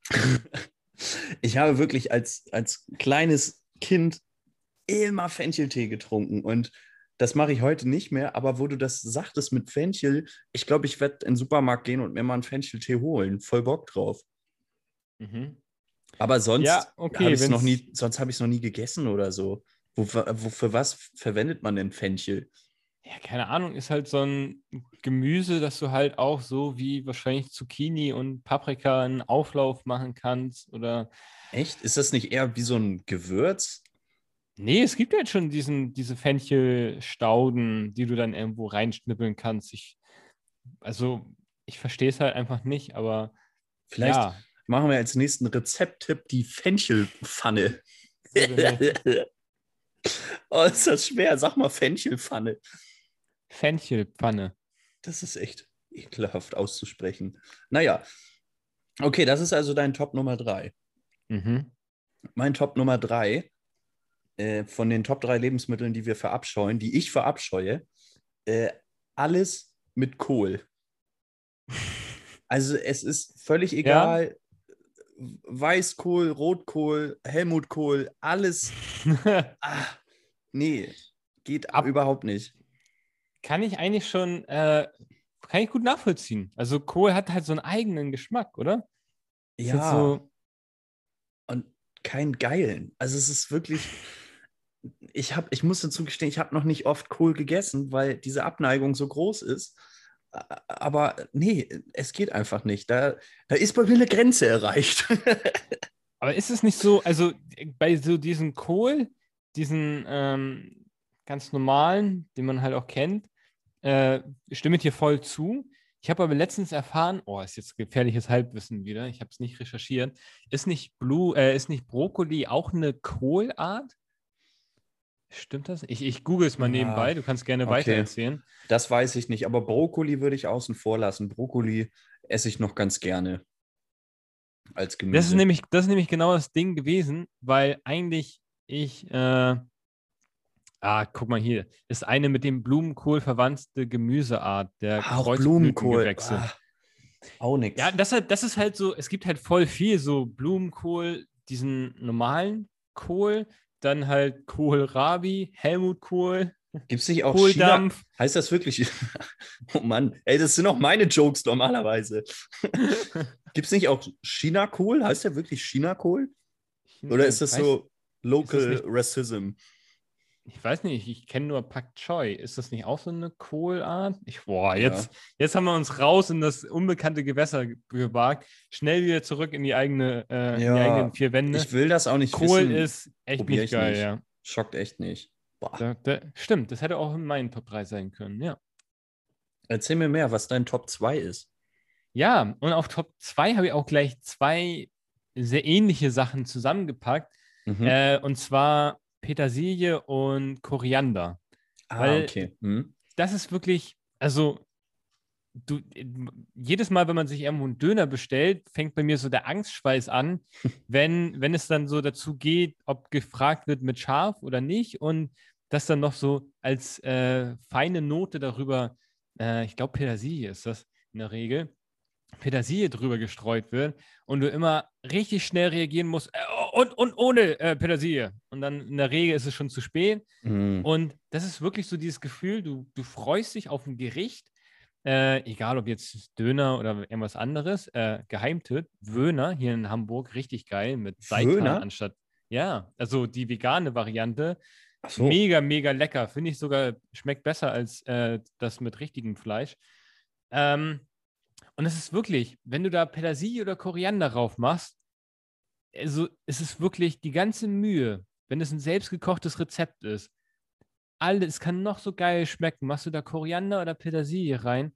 Ich habe wirklich als kleines Kind immer Fencheltee getrunken und das mache ich heute nicht mehr, aber wo du das sagtest mit Fenchel, ich glaube, ich werde in den Supermarkt gehen und mir mal einen Fencheltee holen. Voll Bock drauf. Mhm. Aber sonst habe ich es noch nie gegessen oder so. Für was verwendet man denn Fenchel? ja, keine Ahnung, ist halt so ein Gemüse, das du halt auch so wie wahrscheinlich Zucchini und Paprika einen Auflauf machen kannst oder Echt? Ist das nicht eher wie so ein Gewürz? nee, es gibt ja jetzt schon diese Fenchelstauden, die du dann irgendwo reinschnippeln kannst. Also, ich verstehe es halt einfach nicht, aber Vielleicht ja, machen wir als nächsten Rezepttipp die Fenchelpfanne. so eine Oh, ist das schwer? Sag mal Fenchelpfanne. Fenchelpfanne. Das ist echt ekelhaft auszusprechen. Naja, okay, das ist also dein Top Nummer 3. Mhm. Mein Top Nummer 3 von den Top 3 Lebensmitteln, die wir verabscheuen, die ich verabscheue, äh, alles mit Kohl. Also es ist völlig Ja. egal, Weißkohl, Rotkohl, Helmut Kohl, alles. Ah, nee, geht Ab, überhaupt nicht. kann ich eigentlich schon, kann ich gut nachvollziehen. Also Kohl hat halt so einen eigenen Geschmack, oder? Ist halt Ja, so, und keinen geilen. Also es ist wirklich, ich muss dazu gestehen, ich habe noch nicht oft Kohl gegessen, weil diese Abneigung so groß ist. Aber nee, es geht einfach nicht. Da ist bei mir eine Grenze erreicht. aber ist es nicht so, also bei so diesem Kohl, diesen ganz normalen, den man halt auch kennt, stimme ich dir voll zu. Ich habe aber letztens erfahren, oh, ist jetzt gefährliches Halbwissen wieder, ich habe es nicht recherchiert. Ist nicht Brokkoli auch eine Kohlart? Stimmt das? Ich google es mal Ah, nebenbei, du kannst gerne okay, weitererzählen. das weiß ich nicht. Aber Brokkoli würde ich außen vor lassen. Brokkoli esse ich noch ganz gerne als Gemüse. Das ist nämlich genau das Ding gewesen, weil eigentlich guck mal hier, ist eine mit dem Blumenkohl verwandte Gemüseart, der Auch Blumenkohl. Kreuzblütengewächse. Auch Ja, nix. das ist halt so, es gibt halt voll viel so Blumenkohl, diesen normalen Kohl, dann halt Kohlrabi, Helmut Kohl, Gibt es nicht auch China? Kohldampf. Heißt das wirklich? Oh Mann, ey, das sind auch meine Jokes normalerweise. Gibt es nicht auch China-Kohl? Heißt der wirklich China-Kohl? Oder ist das so Ist das Local nicht, Racism? ich weiß nicht, ich kenne nur Pak Choi. Ist das nicht auch so eine Kohlart? Ja. Jetzt haben wir uns raus in das unbekannte Gewässer gewagt. Schnell wieder zurück in die eigenen Ja, vier Wände. ich will das auch nicht Kohl wissen. ist echt Probiere nicht ich geil, nicht. ja. Schockt echt nicht. Boah. Stimmt, das hätte auch in meinen Top 3 sein können, ja. Erzähl mir mehr, was dein Top 2 ist. Ja, und auf Top 2 habe ich auch gleich zwei sehr ähnliche Sachen zusammengepackt. Mhm. Und zwar Petersilie und Koriander. Ah, Weil okay. Mhm. das ist wirklich, also du, jedes Mal, wenn man sich irgendwo einen Döner bestellt, fängt bei mir so der Angstschweiß an, wenn es dann so dazu geht, ob gefragt wird mit scharf oder nicht und das dann noch so als feine Note darüber, ich glaube Petersilie ist das in der Regel, Petersilie drüber gestreut wird und du immer richtig schnell reagieren musst und ohne Petersilie. Und dann in der Regel ist es schon zu spät. Mhm. Und das ist wirklich so dieses Gefühl, du freust dich auf ein Gericht, egal ob jetzt Döner oder irgendwas anderes, Geheimtipp, Wöhner hier in Hamburg, richtig geil, mit Seitan Wöhner? anstatt, ja, also die vegane Variante, Ach so. mega, mega lecker, finde ich sogar, schmeckt besser als das mit richtigem Fleisch. Ähm, und es ist wirklich, wenn du da Petersilie oder Koriander drauf machst, also es ist wirklich die ganze Mühe, wenn es ein selbstgekochtes Rezept ist, es kann noch so geil schmecken. Machst du da Koriander oder Petersilie rein?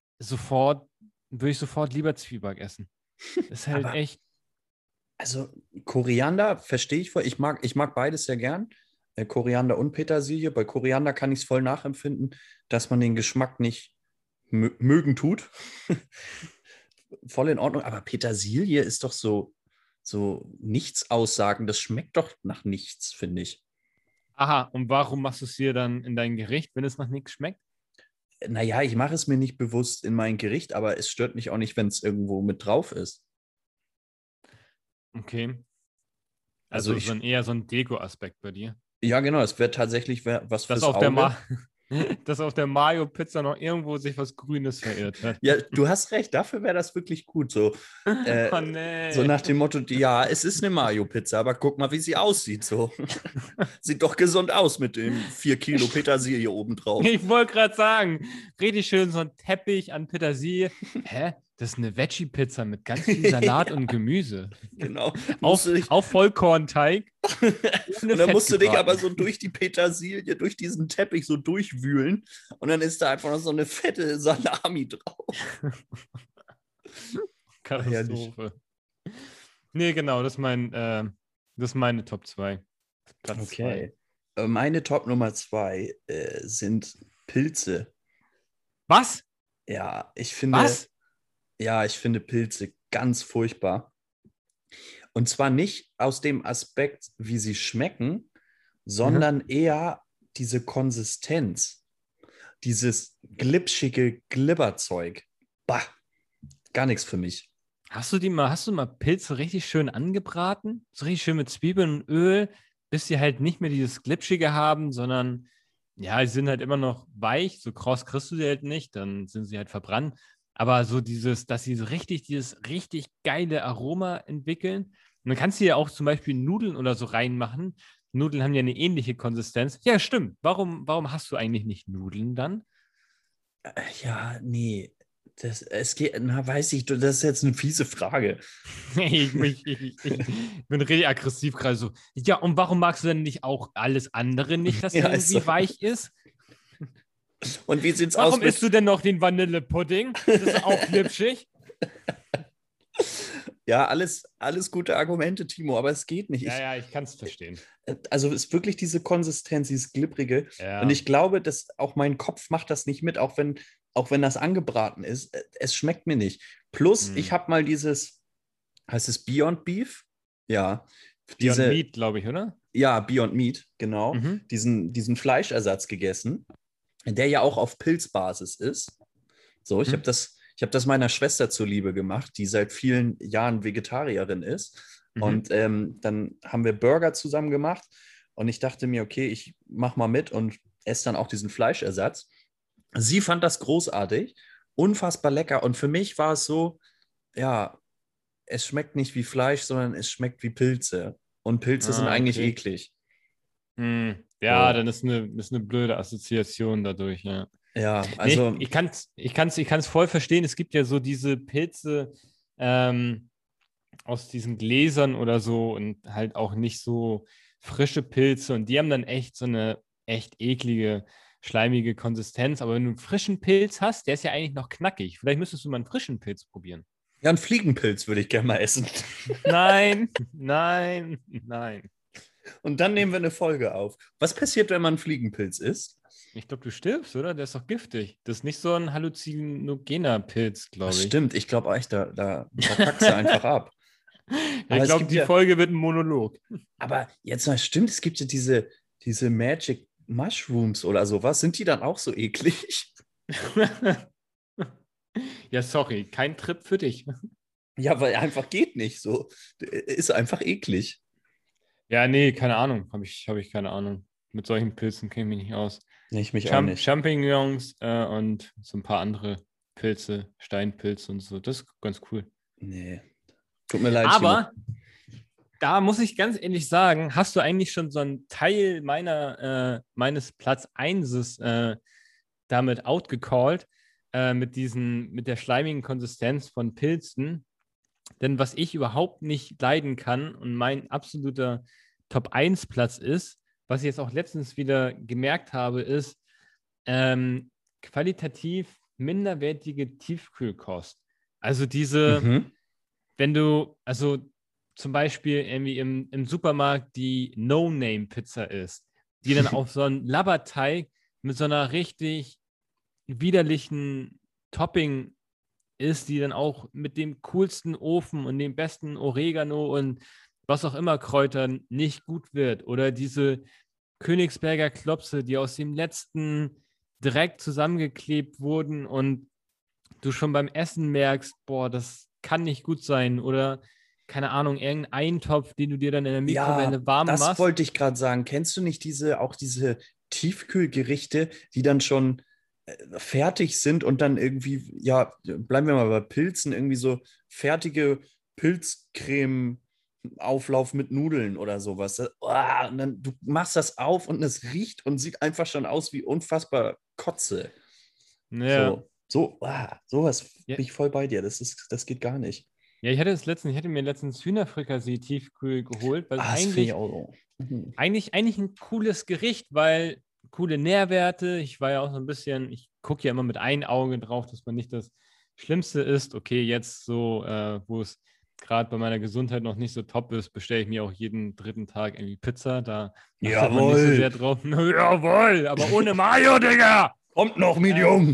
Würde ich sofort lieber Zwieback essen. Ist halt Aber echt. also Koriander verstehe ich voll. Ich mag beides sehr gern. Koriander und Petersilie. Bei Koriander kann ich es voll nachempfinden, dass man den Geschmack nicht mögen tut. Voll in Ordnung. Aber Petersilie ist doch so nichts aussagen. Das schmeckt doch nach nichts, finde ich. Aha, und warum machst du es dir dann in dein Gericht, wenn es nach nichts schmeckt? Naja, ich mache es mir nicht bewusst in mein Gericht, aber es stört mich auch nicht, wenn es irgendwo mit drauf ist. Okay. Also Also eher so ein Deko-Aspekt bei dir. ja, genau, es wäre tatsächlich was Das fürs auf der Auge. dass auf der Mayo-Pizza noch irgendwo sich was Grünes verirrt hat. Ja, du hast recht, dafür wäre das wirklich gut. So, Oh nee. so nach dem Motto, ja, es ist eine Mayo-Pizza, aber guck mal, wie sie aussieht. So. Sieht doch gesund aus mit dem 4 Kilo Petersilie obendrauf. Ich wollte gerade sagen, richtig schön so ein Teppich an Petersilie. Hä? Das ist eine Veggie-Pizza mit ganz viel Salat und Gemüse. Genau. Auf Vollkornteig. Und dann musst du dich aber so durch die Petersilie, durch diesen Teppich so durchwühlen und dann ist da einfach noch so eine fette Salami drauf. Katastrophe. Nee, genau, das ist meine Top 2. Platz Okay. Meine Top Nummer 2 sind Pilze. Was? Ja, ich finde. Was? Ja, ich finde Pilze ganz furchtbar. Und zwar nicht aus dem Aspekt, wie sie schmecken, sondern eher diese Konsistenz. Dieses glitschige Glibberzeug. Bah, gar nichts für mich. Hast du mal Pilze richtig schön angebraten? So richtig schön mit Zwiebeln und Öl, bis sie halt nicht mehr dieses Glitschige haben, sondern ja, sie sind halt immer noch weich. So kross kriegst du sie halt nicht, dann sind sie halt verbrannt. Aber so dass sie so dieses richtig geile Aroma entwickeln. Und dann kannst du ja auch zum Beispiel Nudeln oder so reinmachen. Nudeln haben ja eine ähnliche Konsistenz. Ja, stimmt. Warum hast du eigentlich nicht Nudeln dann? Ja, nee. Es geht, weiß ich, das ist jetzt eine fiese Frage. Ich bin richtig aggressiv gerade so. Ja, und warum magst du denn nicht auch alles andere nicht, das irgendwie so. weich ist? Und wie sieht's aus? Warum isst du denn noch den Vanillepudding? Das ist auch glitschig. Ja, alles gute Argumente, Timo, aber es geht nicht. Ja, ich kann es verstehen. Also es ist wirklich diese Konsistenz, dieses Glibbrige. Ja. Und ich glaube, dass auch mein Kopf macht das nicht mit, auch wenn das angebraten ist. Es schmeckt mir nicht. Plus, ich habe mal heißt es Beyond Beef? Ja. Beyond Meat, glaube ich, oder? Ja, Beyond Meat, genau. Mhm. Diesen Fleischersatz gegessen, der ja auch auf Pilzbasis ist. So, ich habe das meiner Schwester zuliebe gemacht, die seit vielen Jahren Vegetarierin ist. Und dann haben wir Burger zusammen gemacht. Und ich dachte mir, okay, ich mache mal mit und esse dann auch diesen Fleischersatz. Sie fand das großartig, unfassbar lecker. Und für mich war es so, ja, es schmeckt nicht wie Fleisch, sondern es schmeckt wie Pilze. Und Pilze sind eigentlich eklig. Ja, dann ist eine blöde Assoziation dadurch, ja. Ja, also. Nee, ich kann's voll verstehen. Es gibt ja so diese Pilze aus diesen Gläsern oder so und halt auch nicht so frische Pilze und die haben dann echt so eine echt eklige, schleimige Konsistenz. Aber wenn du einen frischen Pilz hast, der ist ja eigentlich noch knackig. Vielleicht müsstest du mal einen frischen Pilz probieren. Ja, einen Fliegenpilz würde ich gerne mal essen. Nein. Und dann nehmen wir eine Folge auf. Was passiert, wenn man einen Fliegenpilz isst? Ich glaube, du stirbst, oder? Der ist doch giftig. Das ist nicht so ein halluzinogener Pilz, glaube ich. Stimmt, ich glaube echt, da packst du einfach ab. Ich glaube, die Folge wird ein Monolog. Aber jetzt mal, stimmt, es gibt ja diese Magic Mushrooms oder sowas. Sind die dann auch so eklig? Ja, sorry, kein Trip für dich. Ja, weil einfach geht nicht so. Ist einfach eklig. Ja, nee, keine Ahnung. Hab ich keine Ahnung. Mit solchen Pilzen kenne ich mich nicht aus. Nee, ich mich auch nicht. Champignons und so ein paar andere Pilze, Steinpilze und so. Das ist ganz cool. Nee. Tut mir leid. Aber da muss ich ganz ehrlich sagen, hast du eigentlich schon so einen Teil meines Platz 1 damit outgecallt, mit der schleimigen Konsistenz von Pilzen. Denn was ich überhaupt nicht leiden kann und mein absoluter Top-1-Platz ist, was ich jetzt auch letztens wieder gemerkt habe, ist qualitativ minderwertige Tiefkühlkost. Also wenn du, also zum Beispiel irgendwie im Supermarkt die No-Name-Pizza isst, die dann auf so einen Labberteig mit so einer richtig widerlichen Topping ist, die dann auch mit dem coolsten Ofen und dem besten Oregano und was auch immer Kräutern nicht gut wird. Oder diese Königsberger Klopse, die aus dem letzten Dreck zusammengeklebt wurden und du schon beim Essen merkst, boah, das kann nicht gut sein. Oder, keine Ahnung, irgendein Eintopf, den du dir dann in der Mikrowelle warm machst. Das wollte ich gerade sagen. Kennst du nicht diese Tiefkühlgerichte, die dann schon fertig sind und dann irgendwie, ja, bleiben wir mal bei Pilzen, irgendwie so fertige Pilzcreme-Auflauf mit Nudeln oder sowas. Und dann, du machst das auf und es riecht und sieht einfach schon aus wie unfassbar Kotze. Ja. Sowas Ja. bin ich voll bei dir. Das geht gar nicht. Ja, ich hatte mir letztens Hühnerfrikassee tiefkühl geholt, weil es Das finde ich auch so. eigentlich ein cooles Gericht, weil coole Nährwerte. Ich war ja auch so ein bisschen, ich gucke ja immer mit einem Auge drauf, dass man nicht das Schlimmste isst. Okay, jetzt so, wo es gerade bei meiner Gesundheit noch nicht so top ist, bestelle ich mir auch jeden dritten Tag irgendwie Pizza. Da achtet man nicht so sehr drauf. Jawohl, aber ohne Mayo, Digga! Kommt noch, Medium!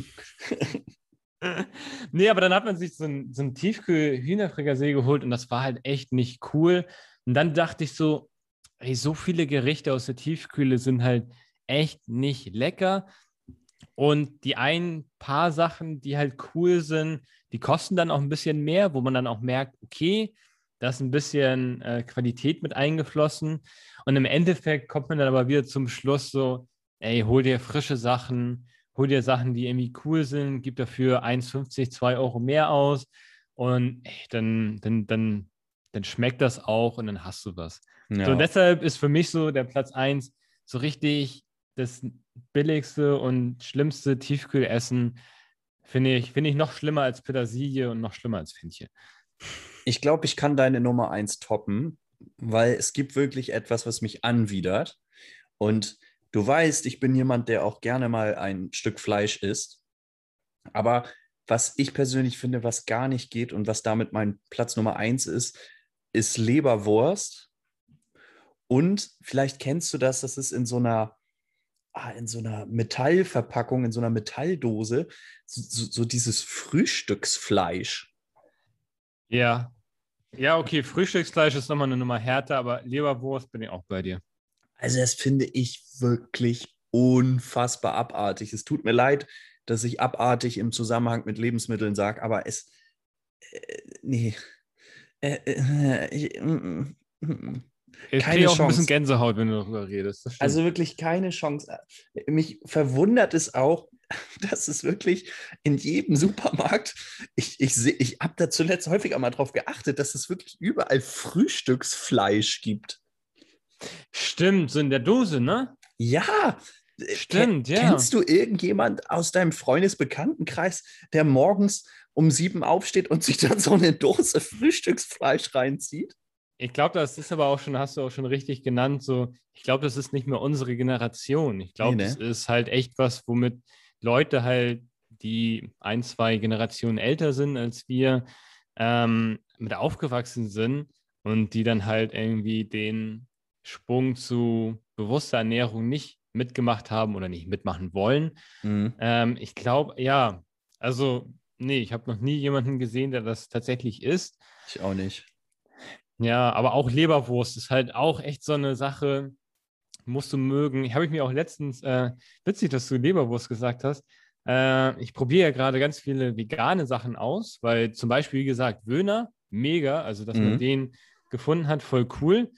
Nee, aber dann hat man sich so ein Tiefkühl-Hühnerfrikassee geholt und das war halt echt nicht cool. Und dann dachte ich so, ey, so viele Gerichte aus der Tiefkühle sind halt echt nicht lecker. Und die ein paar Sachen, die halt cool sind, die kosten dann auch ein bisschen mehr, wo man dann auch merkt, okay, da ist ein bisschen Qualität mit eingeflossen. Und im Endeffekt kommt man dann aber wieder zum Schluss so, ey, hol dir frische Sachen, hol dir Sachen, die irgendwie cool sind, gib dafür 1,50, 2 Euro mehr aus und ey, dann schmeckt das auch und dann hast du was. Ja. So, und deshalb ist für mich so der Platz 1 so richtig das billigste und schlimmste Tiefkühlessen. Finde ich noch schlimmer als Petersilie und noch schlimmer als Fenchel. Ich glaube, ich kann deine Nummer 1 toppen, weil es gibt wirklich etwas, was mich anwidert. Und du weißt, ich bin jemand, der auch gerne mal ein Stück Fleisch isst. Aber was ich persönlich finde, was gar nicht geht und was damit mein Platz Nummer 1 ist Leberwurst. Und vielleicht kennst du das ist in so einer Metallverpackung, in so einer Metalldose, so dieses Frühstücksfleisch. Ja. Ja, okay, Frühstücksfleisch ist nochmal eine Nummer härter, aber Leberwurst bin ich auch bei dir. Also das finde ich wirklich unfassbar abartig. Es tut mir leid, dass ich abartig im Zusammenhang mit Lebensmitteln sage, aber nee. Ich Keine kriege auch ein bisschen Chance. Gänsehaut, wenn du darüber redest. Das stimmt. Also wirklich keine Chance. Mich verwundert es auch, dass es wirklich in jedem Supermarkt, ich habe da zuletzt häufiger mal drauf geachtet, dass es wirklich überall Frühstücksfleisch gibt. Stimmt, so in der Dose, ne? Ja, Stimmt, ja. Kennst du irgendjemand aus deinem Freundesbekanntenkreis, der morgens um 7 aufsteht und sich dann so eine Dose Frühstücksfleisch reinzieht? Ich glaube, das ist aber auch schon, hast du auch schon richtig genannt, so, ich glaube, das ist nicht mehr unsere Generation. Ich glaube, Nee, ne? das ist halt echt was, womit Leute halt, die 1, 2 Generationen älter sind als wir, mit aufgewachsen sind und die dann halt irgendwie den Sprung zu bewusster Ernährung nicht mitgemacht haben oder nicht mitmachen wollen. Mhm. Ich glaube, ja, also, nee, ich habe noch nie jemanden gesehen, der das tatsächlich isst. Ich auch nicht. Ja, aber auch Leberwurst ist halt auch echt so eine Sache, musst du mögen. Habe ich mir auch letztens, witzig, dass du Leberwurst gesagt hast. Ich probiere ja gerade ganz viele vegane Sachen aus, weil zum Beispiel, wie gesagt, Wöhner, mega, also dass man den gefunden hat, voll cool.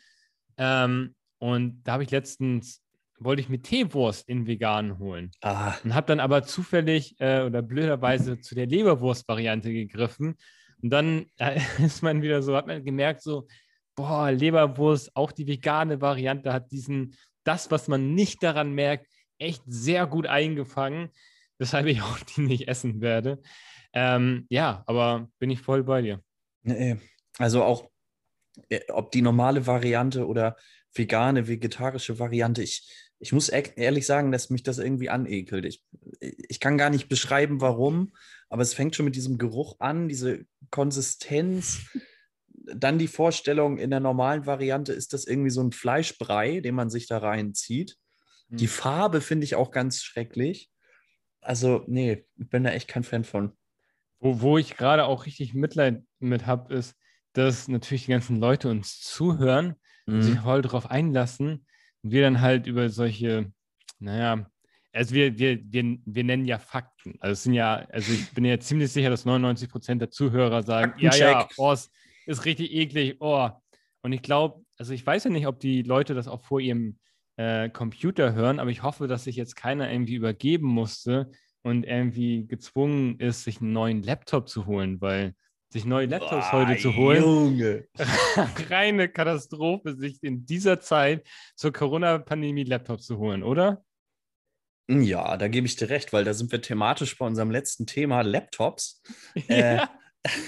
Und da habe ich letztens, wollte ich mir Teewurst in vegan holen. Und habe dann aber zufällig oder blöderweise zu der Leberwurst-Variante gegriffen. Und dann ist man wieder so, hat man gemerkt, so, boah, Leberwurst, auch die vegane Variante hat das, was man nicht daran merkt, echt sehr gut eingefangen, weshalb ich auch die nicht essen werde. Ja, aber bin ich voll bei dir. Nee. Also auch, ob die normale Variante oder vegane, vegetarische Variante, ich muss ehrlich sagen, dass mich das irgendwie anekelt. Ich kann gar nicht beschreiben, warum, aber es fängt schon mit diesem Geruch an, diese Konsistenz. Dann die Vorstellung, in der normalen Variante ist das irgendwie so ein Fleischbrei, den man sich da reinzieht. Die Farbe finde ich auch ganz schrecklich. Also, nee, ich bin da echt kein Fan von. Wo ich gerade auch richtig Mitleid mit habe, ist, dass natürlich die ganzen Leute uns zuhören und sich voll darauf einlassen und wir dann halt über solche, naja, also wir nennen ja Fakten. Also ich bin ja ziemlich sicher, dass 99% der Zuhörer sagen, ja, oh, es ist richtig eklig, oh. Und ich glaube, also ich weiß ja nicht, ob die Leute das auch vor ihrem Computer hören, aber ich hoffe, dass sich jetzt keiner irgendwie übergeben musste und irgendwie gezwungen ist, sich einen neuen Laptop zu holen, weil sich neue Laptops heute zu holen, Junge. reine Katastrophe, sich in dieser Zeit zur Corona-Pandemie Laptops zu holen, oder? Ja, da gebe ich dir recht, weil da sind wir thematisch bei unserem letzten Thema Laptops. Äh, Ja.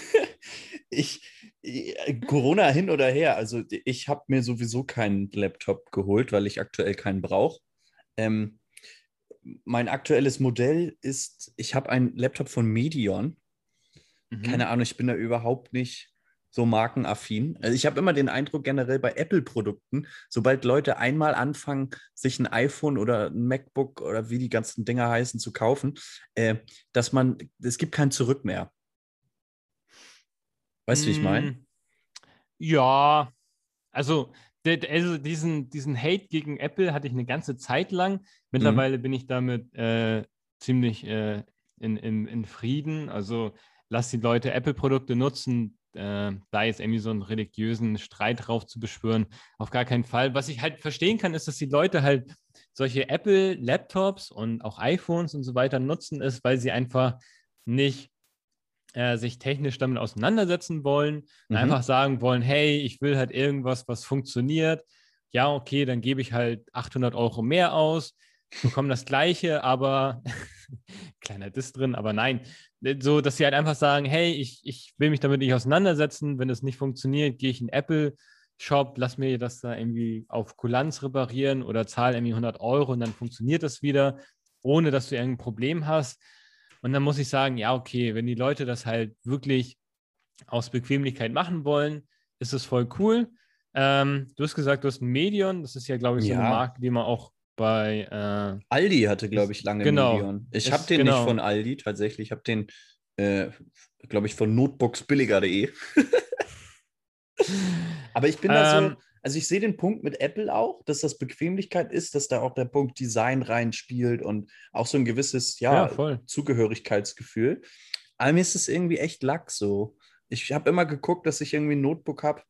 ich, Corona hin oder her, also ich habe mir sowieso keinen Laptop geholt, weil ich aktuell keinen brauche. Ähm, Mein aktuelles Modell ist, ich habe einen Laptop von Medion. Keine Mhm. Ahnung, ich bin da überhaupt nicht so markenaffin. Also ich habe immer den Eindruck generell bei Apple-Produkten, sobald Leute einmal anfangen, sich ein iPhone oder ein MacBook oder wie die ganzen Dinger heißen zu kaufen, dass es gibt kein Zurück mehr. Weißt du, wie ich meine? Mm, ja, also, also diesen Hate gegen Apple hatte ich eine ganze Zeit lang. Mhm. Mittlerweile bin ich damit ziemlich in Frieden. Also lass die Leute Apple-Produkte nutzen, da jetzt irgendwie so einen religiösen Streit drauf zu beschwören, auf gar keinen Fall. Was ich halt verstehen kann, ist, dass die Leute halt solche Apple-Laptops und auch iPhones und so weiter nutzen, ist, weil sie einfach nicht sich technisch damit auseinandersetzen wollen und Mhm. einfach sagen wollen, hey, ich will halt irgendwas, was funktioniert. Ja, okay, dann gebe ich halt 800 € mehr aus, bekomme das Gleiche, aber kleiner Diss drin, aber nein, so, dass sie halt einfach sagen, hey, ich will mich damit nicht auseinandersetzen, wenn es nicht funktioniert, gehe ich in Apple Shop, lass mir das da irgendwie auf Kulanz reparieren oder zahle irgendwie 100 € und dann funktioniert das wieder, ohne dass du irgendein Problem hast. Und dann muss ich sagen, ja, okay, wenn die Leute das halt wirklich aus Bequemlichkeit machen wollen, ist es voll cool. Du hast gesagt, du hast ein Medion. Das ist ja, glaube ich, so eine Ja, Marke, die man auch bei, Aldi hatte, glaube ich, lange genau, Medion. Ich habe ist den nicht von genau. Aldi tatsächlich. Ich habe den, äh, glaube ich, von notebooksbilliger.de. Aber ich bin da so, Ähm, also ich sehe den Punkt mit Apple auch, dass das Bequemlichkeit ist, dass da auch der Punkt Design reinspielt und auch so ein gewisses, ja, ja, voll. Zugehörigkeitsgefühl. Aber mir ist es irgendwie echt lax so. Ich habe immer geguckt, dass ich irgendwie ein Notebook habe,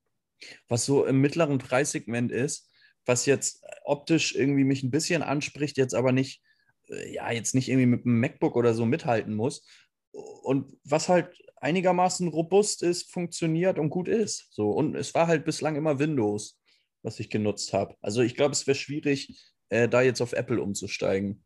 was so im mittleren Preissegment ist, was jetzt optisch irgendwie mich ein bisschen anspricht, jetzt aber nicht, ja, jetzt nicht irgendwie mit einem MacBook oder so mithalten muss. Und was halt einigermaßen robust ist, funktioniert und gut ist. So. Und es war halt bislang immer Windows, was ich genutzt habe. Also ich glaube, es wäre schwierig, da jetzt auf Apple umzusteigen.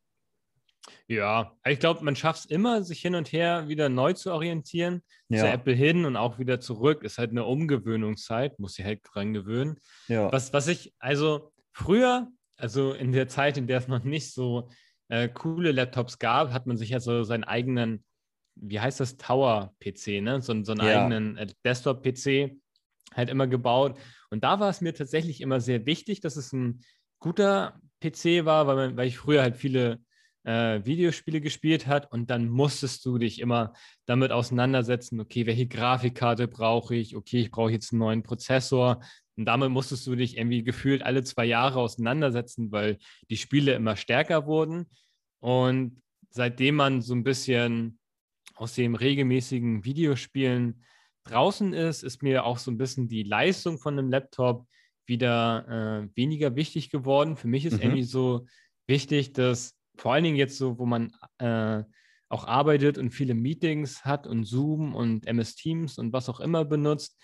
Ja, ich glaube, man schafft es immer, sich hin und her wieder neu zu orientieren, zu Ja, Apple hin und auch wieder zurück. Ist halt eine Umgewöhnungszeit, muss sich halt dran gewöhnen. ja, Was ich, also früher, also in der Zeit, in der es noch nicht so coole Laptops gab, hat man sich ja so seinen eigenen, wie heißt das, Tower-PC, ne? So einen ja. eigenen Desktop-PC halt immer gebaut. Und da war es mir tatsächlich immer sehr wichtig, dass es ein guter PC war, weil ich früher halt viele Videospiele gespielt hat und dann musstest du dich immer damit auseinandersetzen, okay, welche Grafikkarte brauche ich, okay, ich brauche jetzt einen neuen Prozessor und damit musstest du dich irgendwie gefühlt alle 2 Jahre auseinandersetzen, weil die Spiele immer stärker wurden und seitdem man so ein bisschen aus dem regelmäßigen Videospielen draußen ist, ist mir auch so ein bisschen die Leistung von einem Laptop wieder weniger wichtig geworden. Für mich ist irgendwie Mhm. so wichtig, dass vor allen Dingen jetzt so, wo man auch arbeitet und viele Meetings hat und Zoom und MS Teams und was auch immer benutzt,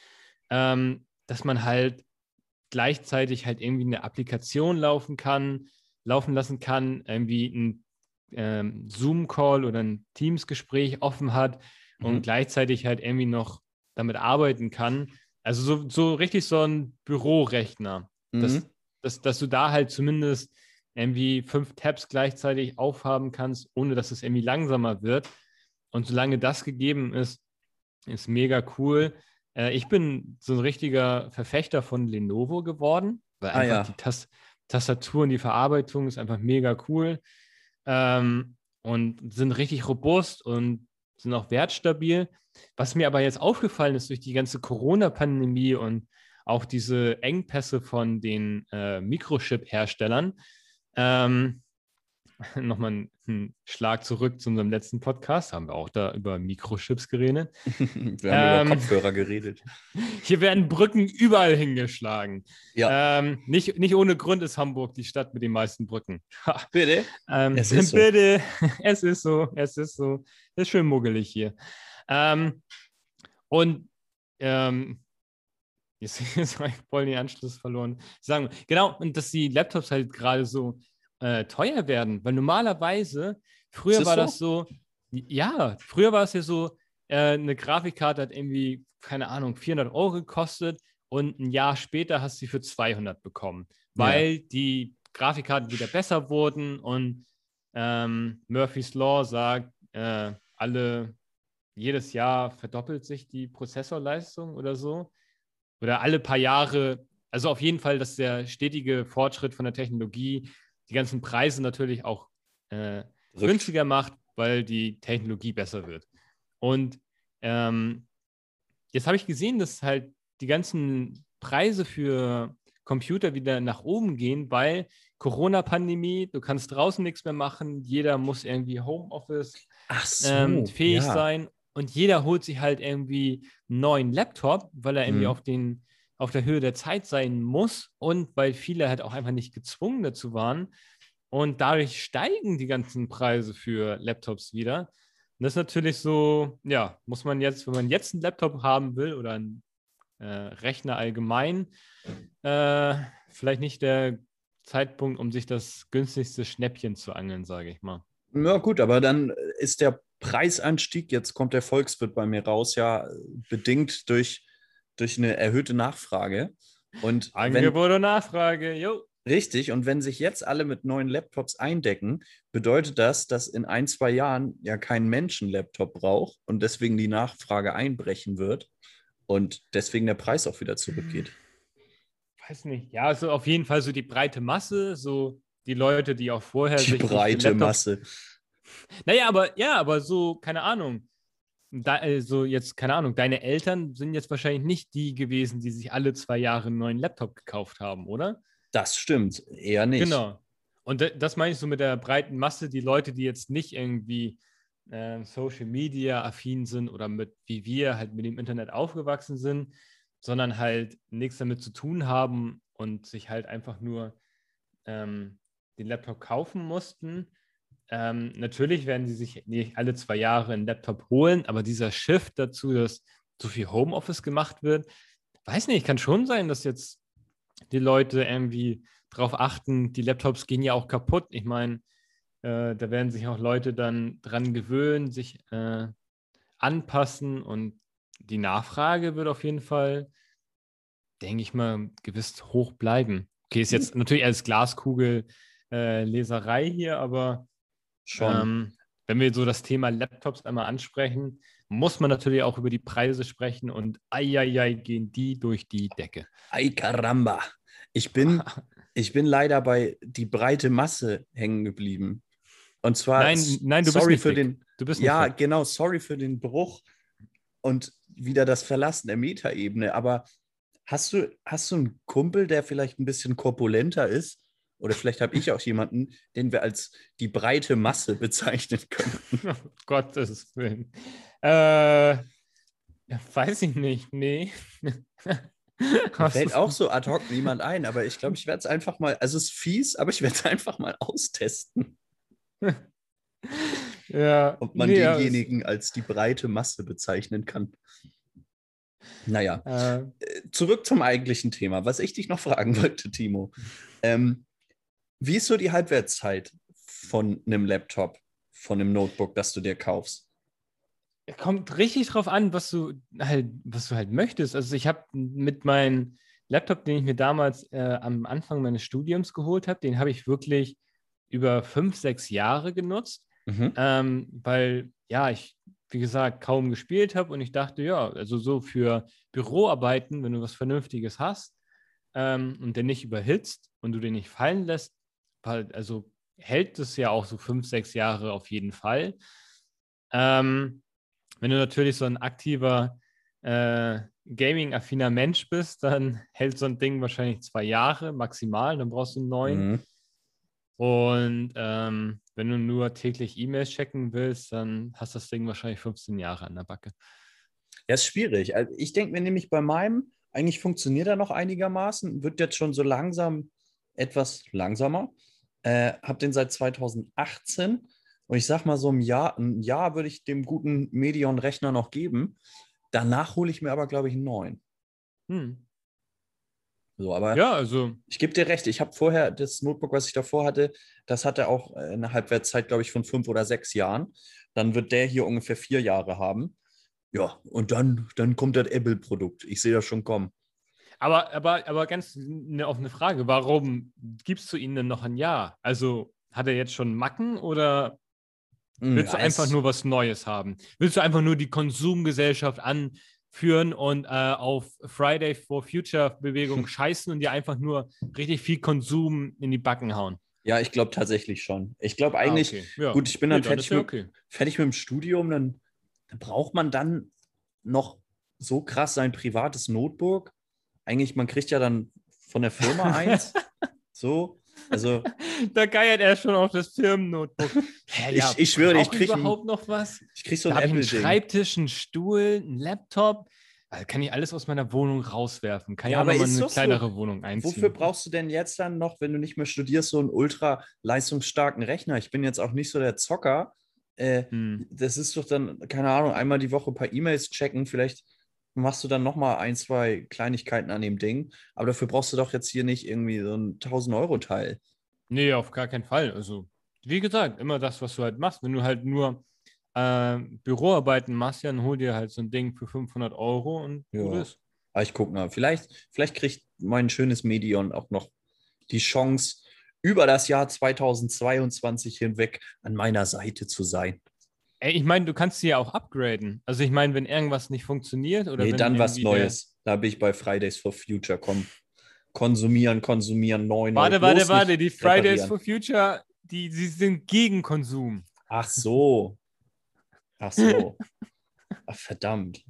dass man halt gleichzeitig halt irgendwie eine Applikation laufen lassen kann, irgendwie ein Zoom-Call oder ein Teams-Gespräch offen hat und Mhm. gleichzeitig halt irgendwie noch damit arbeiten kann. Also so richtig so ein Bürorechner, Mhm. dass du da halt zumindest irgendwie 5 Tabs gleichzeitig aufhaben kannst, ohne dass es irgendwie langsamer wird. Und solange das gegeben ist mega cool. Ich bin so ein richtiger Verfechter von Lenovo geworden, weil Ah einfach ja. die Tastatur und die Verarbeitung ist einfach mega cool und sind richtig robust und sind auch wertstabil. Was mir aber jetzt aufgefallen ist durch die ganze Corona-Pandemie und auch diese Engpässe von den Mikrochip-Herstellern, ähm, nochmal einen Schlag zurück zu unserem letzten Podcast. Haben wir auch da über Mikrochips geredet. Wir haben über Kopfhörer geredet. Hier werden Brücken überall hingeschlagen. Ja. Nicht ohne Grund ist Hamburg die Stadt mit den meisten Brücken. Bitte? Es ist so. Bitte, es ist so. Es ist schön muggelig hier. Jetzt habe ich voll den Anschluss verloren. Sagen, genau, und dass die Laptops halt gerade so teuer werden, weil normalerweise, früher war das so, ja, früher war es ja so, eine Grafikkarte hat irgendwie, keine Ahnung, 400 Euro gekostet und ein Jahr später hast du sie für 200 bekommen, weil die Grafikkarten wieder besser wurden und Murphy's Law sagt, jedes Jahr verdoppelt sich die Prozessorleistung oder so. Oder alle paar Jahre, also auf jeden Fall, dass der stetige Fortschritt von der Technologie die ganzen Preise natürlich auch günstiger macht, weil die Technologie besser wird. Und jetzt habe ich gesehen, dass halt die ganzen Preise für Computer wieder nach oben gehen, weil Corona-Pandemie, du kannst draußen nichts mehr machen, jeder muss irgendwie Homeoffice fähig sein und jeder holt sich halt irgendwie einen neuen Laptop, weil er irgendwie auf der Höhe der Zeit sein muss und weil viele halt auch einfach nicht gezwungen dazu waren. Und dadurch steigen die ganzen Preise für Laptops wieder. Und das ist natürlich so, ja, muss man jetzt, wenn man jetzt einen Laptop haben will oder einen Rechner allgemein, vielleicht nicht der Zeitpunkt, um sich das günstigste Schnäppchen zu angeln, sage ich mal. Ja, gut, aber dann ist der Preisanstieg, jetzt kommt der Volkswirt bei mir raus, ja, bedingt durch eine erhöhte Nachfrage. Und Angebot und Nachfrage, jo. Richtig, und wenn sich jetzt alle mit neuen Laptops eindecken, bedeutet das, dass in 1, 2 Jahren ja kein Mensch einen Laptop braucht und deswegen die Nachfrage einbrechen wird und deswegen der Preis auch wieder zurückgeht. Weiß nicht, ja, also auf jeden Fall so die breite Masse, so die Leute, die auch vorher die breite Masse. Naja, aber so, keine Ahnung, deine Eltern sind jetzt wahrscheinlich nicht die gewesen, die sich alle 2 Jahre einen neuen Laptop gekauft haben, oder? Das stimmt, eher nicht. Genau. Und das meine ich so mit der breiten Masse, die Leute, die jetzt nicht irgendwie Social Media affin sind oder wie wir halt mit dem Internet aufgewachsen sind, sondern halt nichts damit zu tun haben und sich halt einfach nur den Laptop kaufen mussten. Natürlich werden sie sich nicht alle 2 Jahre einen Laptop holen, aber dieser Shift dazu, dass so viel Homeoffice gemacht wird, weiß nicht, kann schon sein, dass jetzt die Leute irgendwie darauf achten, die Laptops gehen ja auch kaputt. Ich meine, da werden sich auch Leute dann dran gewöhnen, sich anpassen und die Nachfrage wird auf jeden Fall, denke ich mal, gewiss hoch bleiben. Okay, ist jetzt natürlich als Glaskugel Leserei hier, aber schon. Wenn wir so das Thema Laptops einmal ansprechen, muss man natürlich auch über die Preise sprechen und gehen die durch die Decke. Ay caramba. Ich bin leider bei die breite Masse hängen geblieben. Und zwar, nein, du bist nicht für den. Ja, genau, sorry für den Bruch und wieder das Verlassen der Metaebene. Aber hast du einen Kumpel, der vielleicht ein bisschen korpulenter ist? Oder vielleicht habe ich auch jemanden, den wir als die breite Masse bezeichnen können. Oh, Gottes Willen. Weiß ich nicht, nee. Mir fällt auch so ad hoc niemand ein, aber ich glaube, ich werde es einfach mal, also es ist fies, aber ich werde es einfach mal austesten. Ja, ob man denjenigen als die breite Masse bezeichnen kann. Naja, zurück zum eigentlichen Thema. Was ich dich noch fragen wollte, Timo. Wie ist so die Halbwertszeit von einem Laptop, von einem Notebook, das du dir kaufst? Kommt richtig drauf an, was du halt möchtest. Also ich habe mit meinem Laptop, den ich mir damals am Anfang meines Studiums geholt habe, den habe ich wirklich über 5, 6 Jahre genutzt, weil ja, ich, wie gesagt, kaum gespielt habe und ich dachte, ja, also so für Büroarbeiten, wenn du was Vernünftiges hast und der nicht überhitzt und du den nicht fallen lässt, also hält es ja auch so 5, 6 Jahre auf jeden Fall. Wenn du natürlich so ein aktiver Gaming-affiner Mensch bist, dann hält so ein Ding wahrscheinlich 2 Jahre maximal, dann brauchst du einen neuen. Und wenn du nur täglich E-Mails checken willst, dann hast das Ding wahrscheinlich 15 Jahre an der Backe. Ja, ist schwierig. Also ich denke mir nämlich bei meinem, eigentlich funktioniert er noch einigermaßen, wird jetzt schon so langsam etwas langsamer. Hab den seit 2018 und ich sag mal so ein Jahr würde ich dem guten Medion-Rechner noch geben. Danach hole ich mir aber, glaube ich, einen neuen. So, aber Ja, also ich gebe dir recht, ich habe vorher das Notebook, was ich davor hatte, das hatte auch eine Halbwertszeit, glaube ich, von 5 oder 6 Jahren. Dann wird der hier ungefähr 4 Jahre haben. Ja, und dann kommt das Apple-Produkt. Ich sehe das schon kommen. aber ganz eine offene Frage, warum gibst du ihnen denn noch ein Jahr? Also hat er jetzt schon Macken oder willst du einfach nur was Neues haben? Willst du einfach nur die Konsumgesellschaft anführen und auf Friday for Future Bewegung scheißen und dir einfach nur richtig viel Konsum in die Backen hauen? Ja, ich glaube tatsächlich schon. Ich glaube eigentlich, okay. Ja. gut, ich bin dann fertig okay. fertig mit dem Studium, dann braucht man dann noch so krass sein privates Notebook. Eigentlich, man kriegt ja dann von der Firma eins. So, also Da geiert er schon auf das Firmennotebook. ich schwöre, ich kriege überhaupt noch was. Ich kriege so Da ein habe ich einen Apple-Ding. Schreibtisch, einen Stuhl, einen Laptop. Also kann ich alles aus meiner Wohnung rauswerfen. Kann Ja, ich auch aber nochmal ist eine doch so. kleinere Wohnung einziehen. Wofür brauchst du denn jetzt dann noch, wenn du nicht mehr studierst, so einen ultra leistungsstarken Rechner? Ich bin jetzt auch nicht so der Zocker. Das ist doch dann, keine Ahnung, einmal die Woche ein paar E-Mails checken. Vielleicht machst du dann nochmal 1, 2 Kleinigkeiten an dem Ding. Aber dafür brauchst du doch jetzt hier nicht irgendwie so ein 1.000-Euro-Teil. Nee, auf gar keinen Fall. Also, wie gesagt, immer das, was du halt machst. Wenn du halt nur Büroarbeiten machst, ja, dann hol dir halt so ein Ding für 500 Euro und gut ist. Aber ich gucke mal. Vielleicht kriegt mein schönes Medion auch noch die Chance, über das Jahr 2022 hinweg an meiner Seite zu sein. Ey, ich meine, du kannst sie ja auch upgraden. Also ich meine, wenn irgendwas nicht funktioniert oder Nee, wenn dann was irgendwie Neues. Da bin ich bei Fridays for Future. Komm, konsumieren, neu. Warte, Bloß nicht die Fridays reparieren. for Future, sie sind gegen Konsum. Ach so. Ach, verdammt.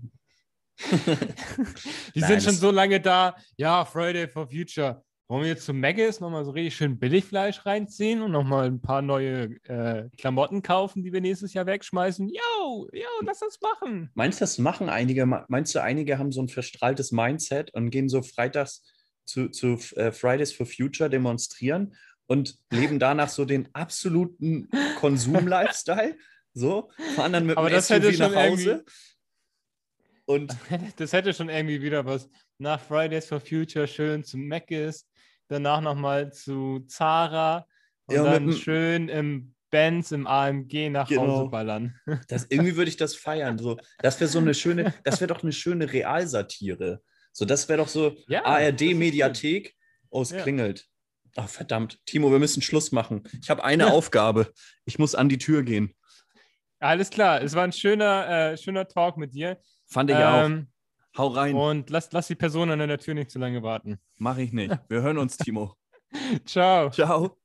Die Nein, sind schon so lange da. Ja, Friday for Future. Wollen wir jetzt zu Maggis nochmal so richtig schön Billigfleisch reinziehen und nochmal ein paar neue Klamotten kaufen, die wir nächstes Jahr wegschmeißen? Yo, lass das machen. Meinst du, das machen einige? Meinst du, einige haben so ein verstrahltes Mindset und gehen so freitags zu Fridays for Future demonstrieren und leben danach so den absoluten Konsum-Lifestyle? So, fahren dann mit Aber dem das hätte SUV schon nach Hause. Und Das hätte schon irgendwie wieder was. Nach Fridays for Future schön zu Maggis, danach nochmal zu Zara und ja, dann schön im Benz, im AMG nach Hause ballern. Irgendwie würde ich das feiern. So, das wäre doch eine schöne Realsatire. So, das wäre doch so Ja, ARD-Mediathek. Oh, es klingelt. Oh, verdammt. Timo, wir müssen Schluss machen. Ich habe eine Aufgabe. Ich muss an die Tür gehen. Alles klar, es war ein schöner Talk mit dir. Fand ich auch. Hau rein. Und lass die Person an der Tür nicht zu lange warten. Mach ich nicht. Wir hören uns, Timo. Ciao. Ciao.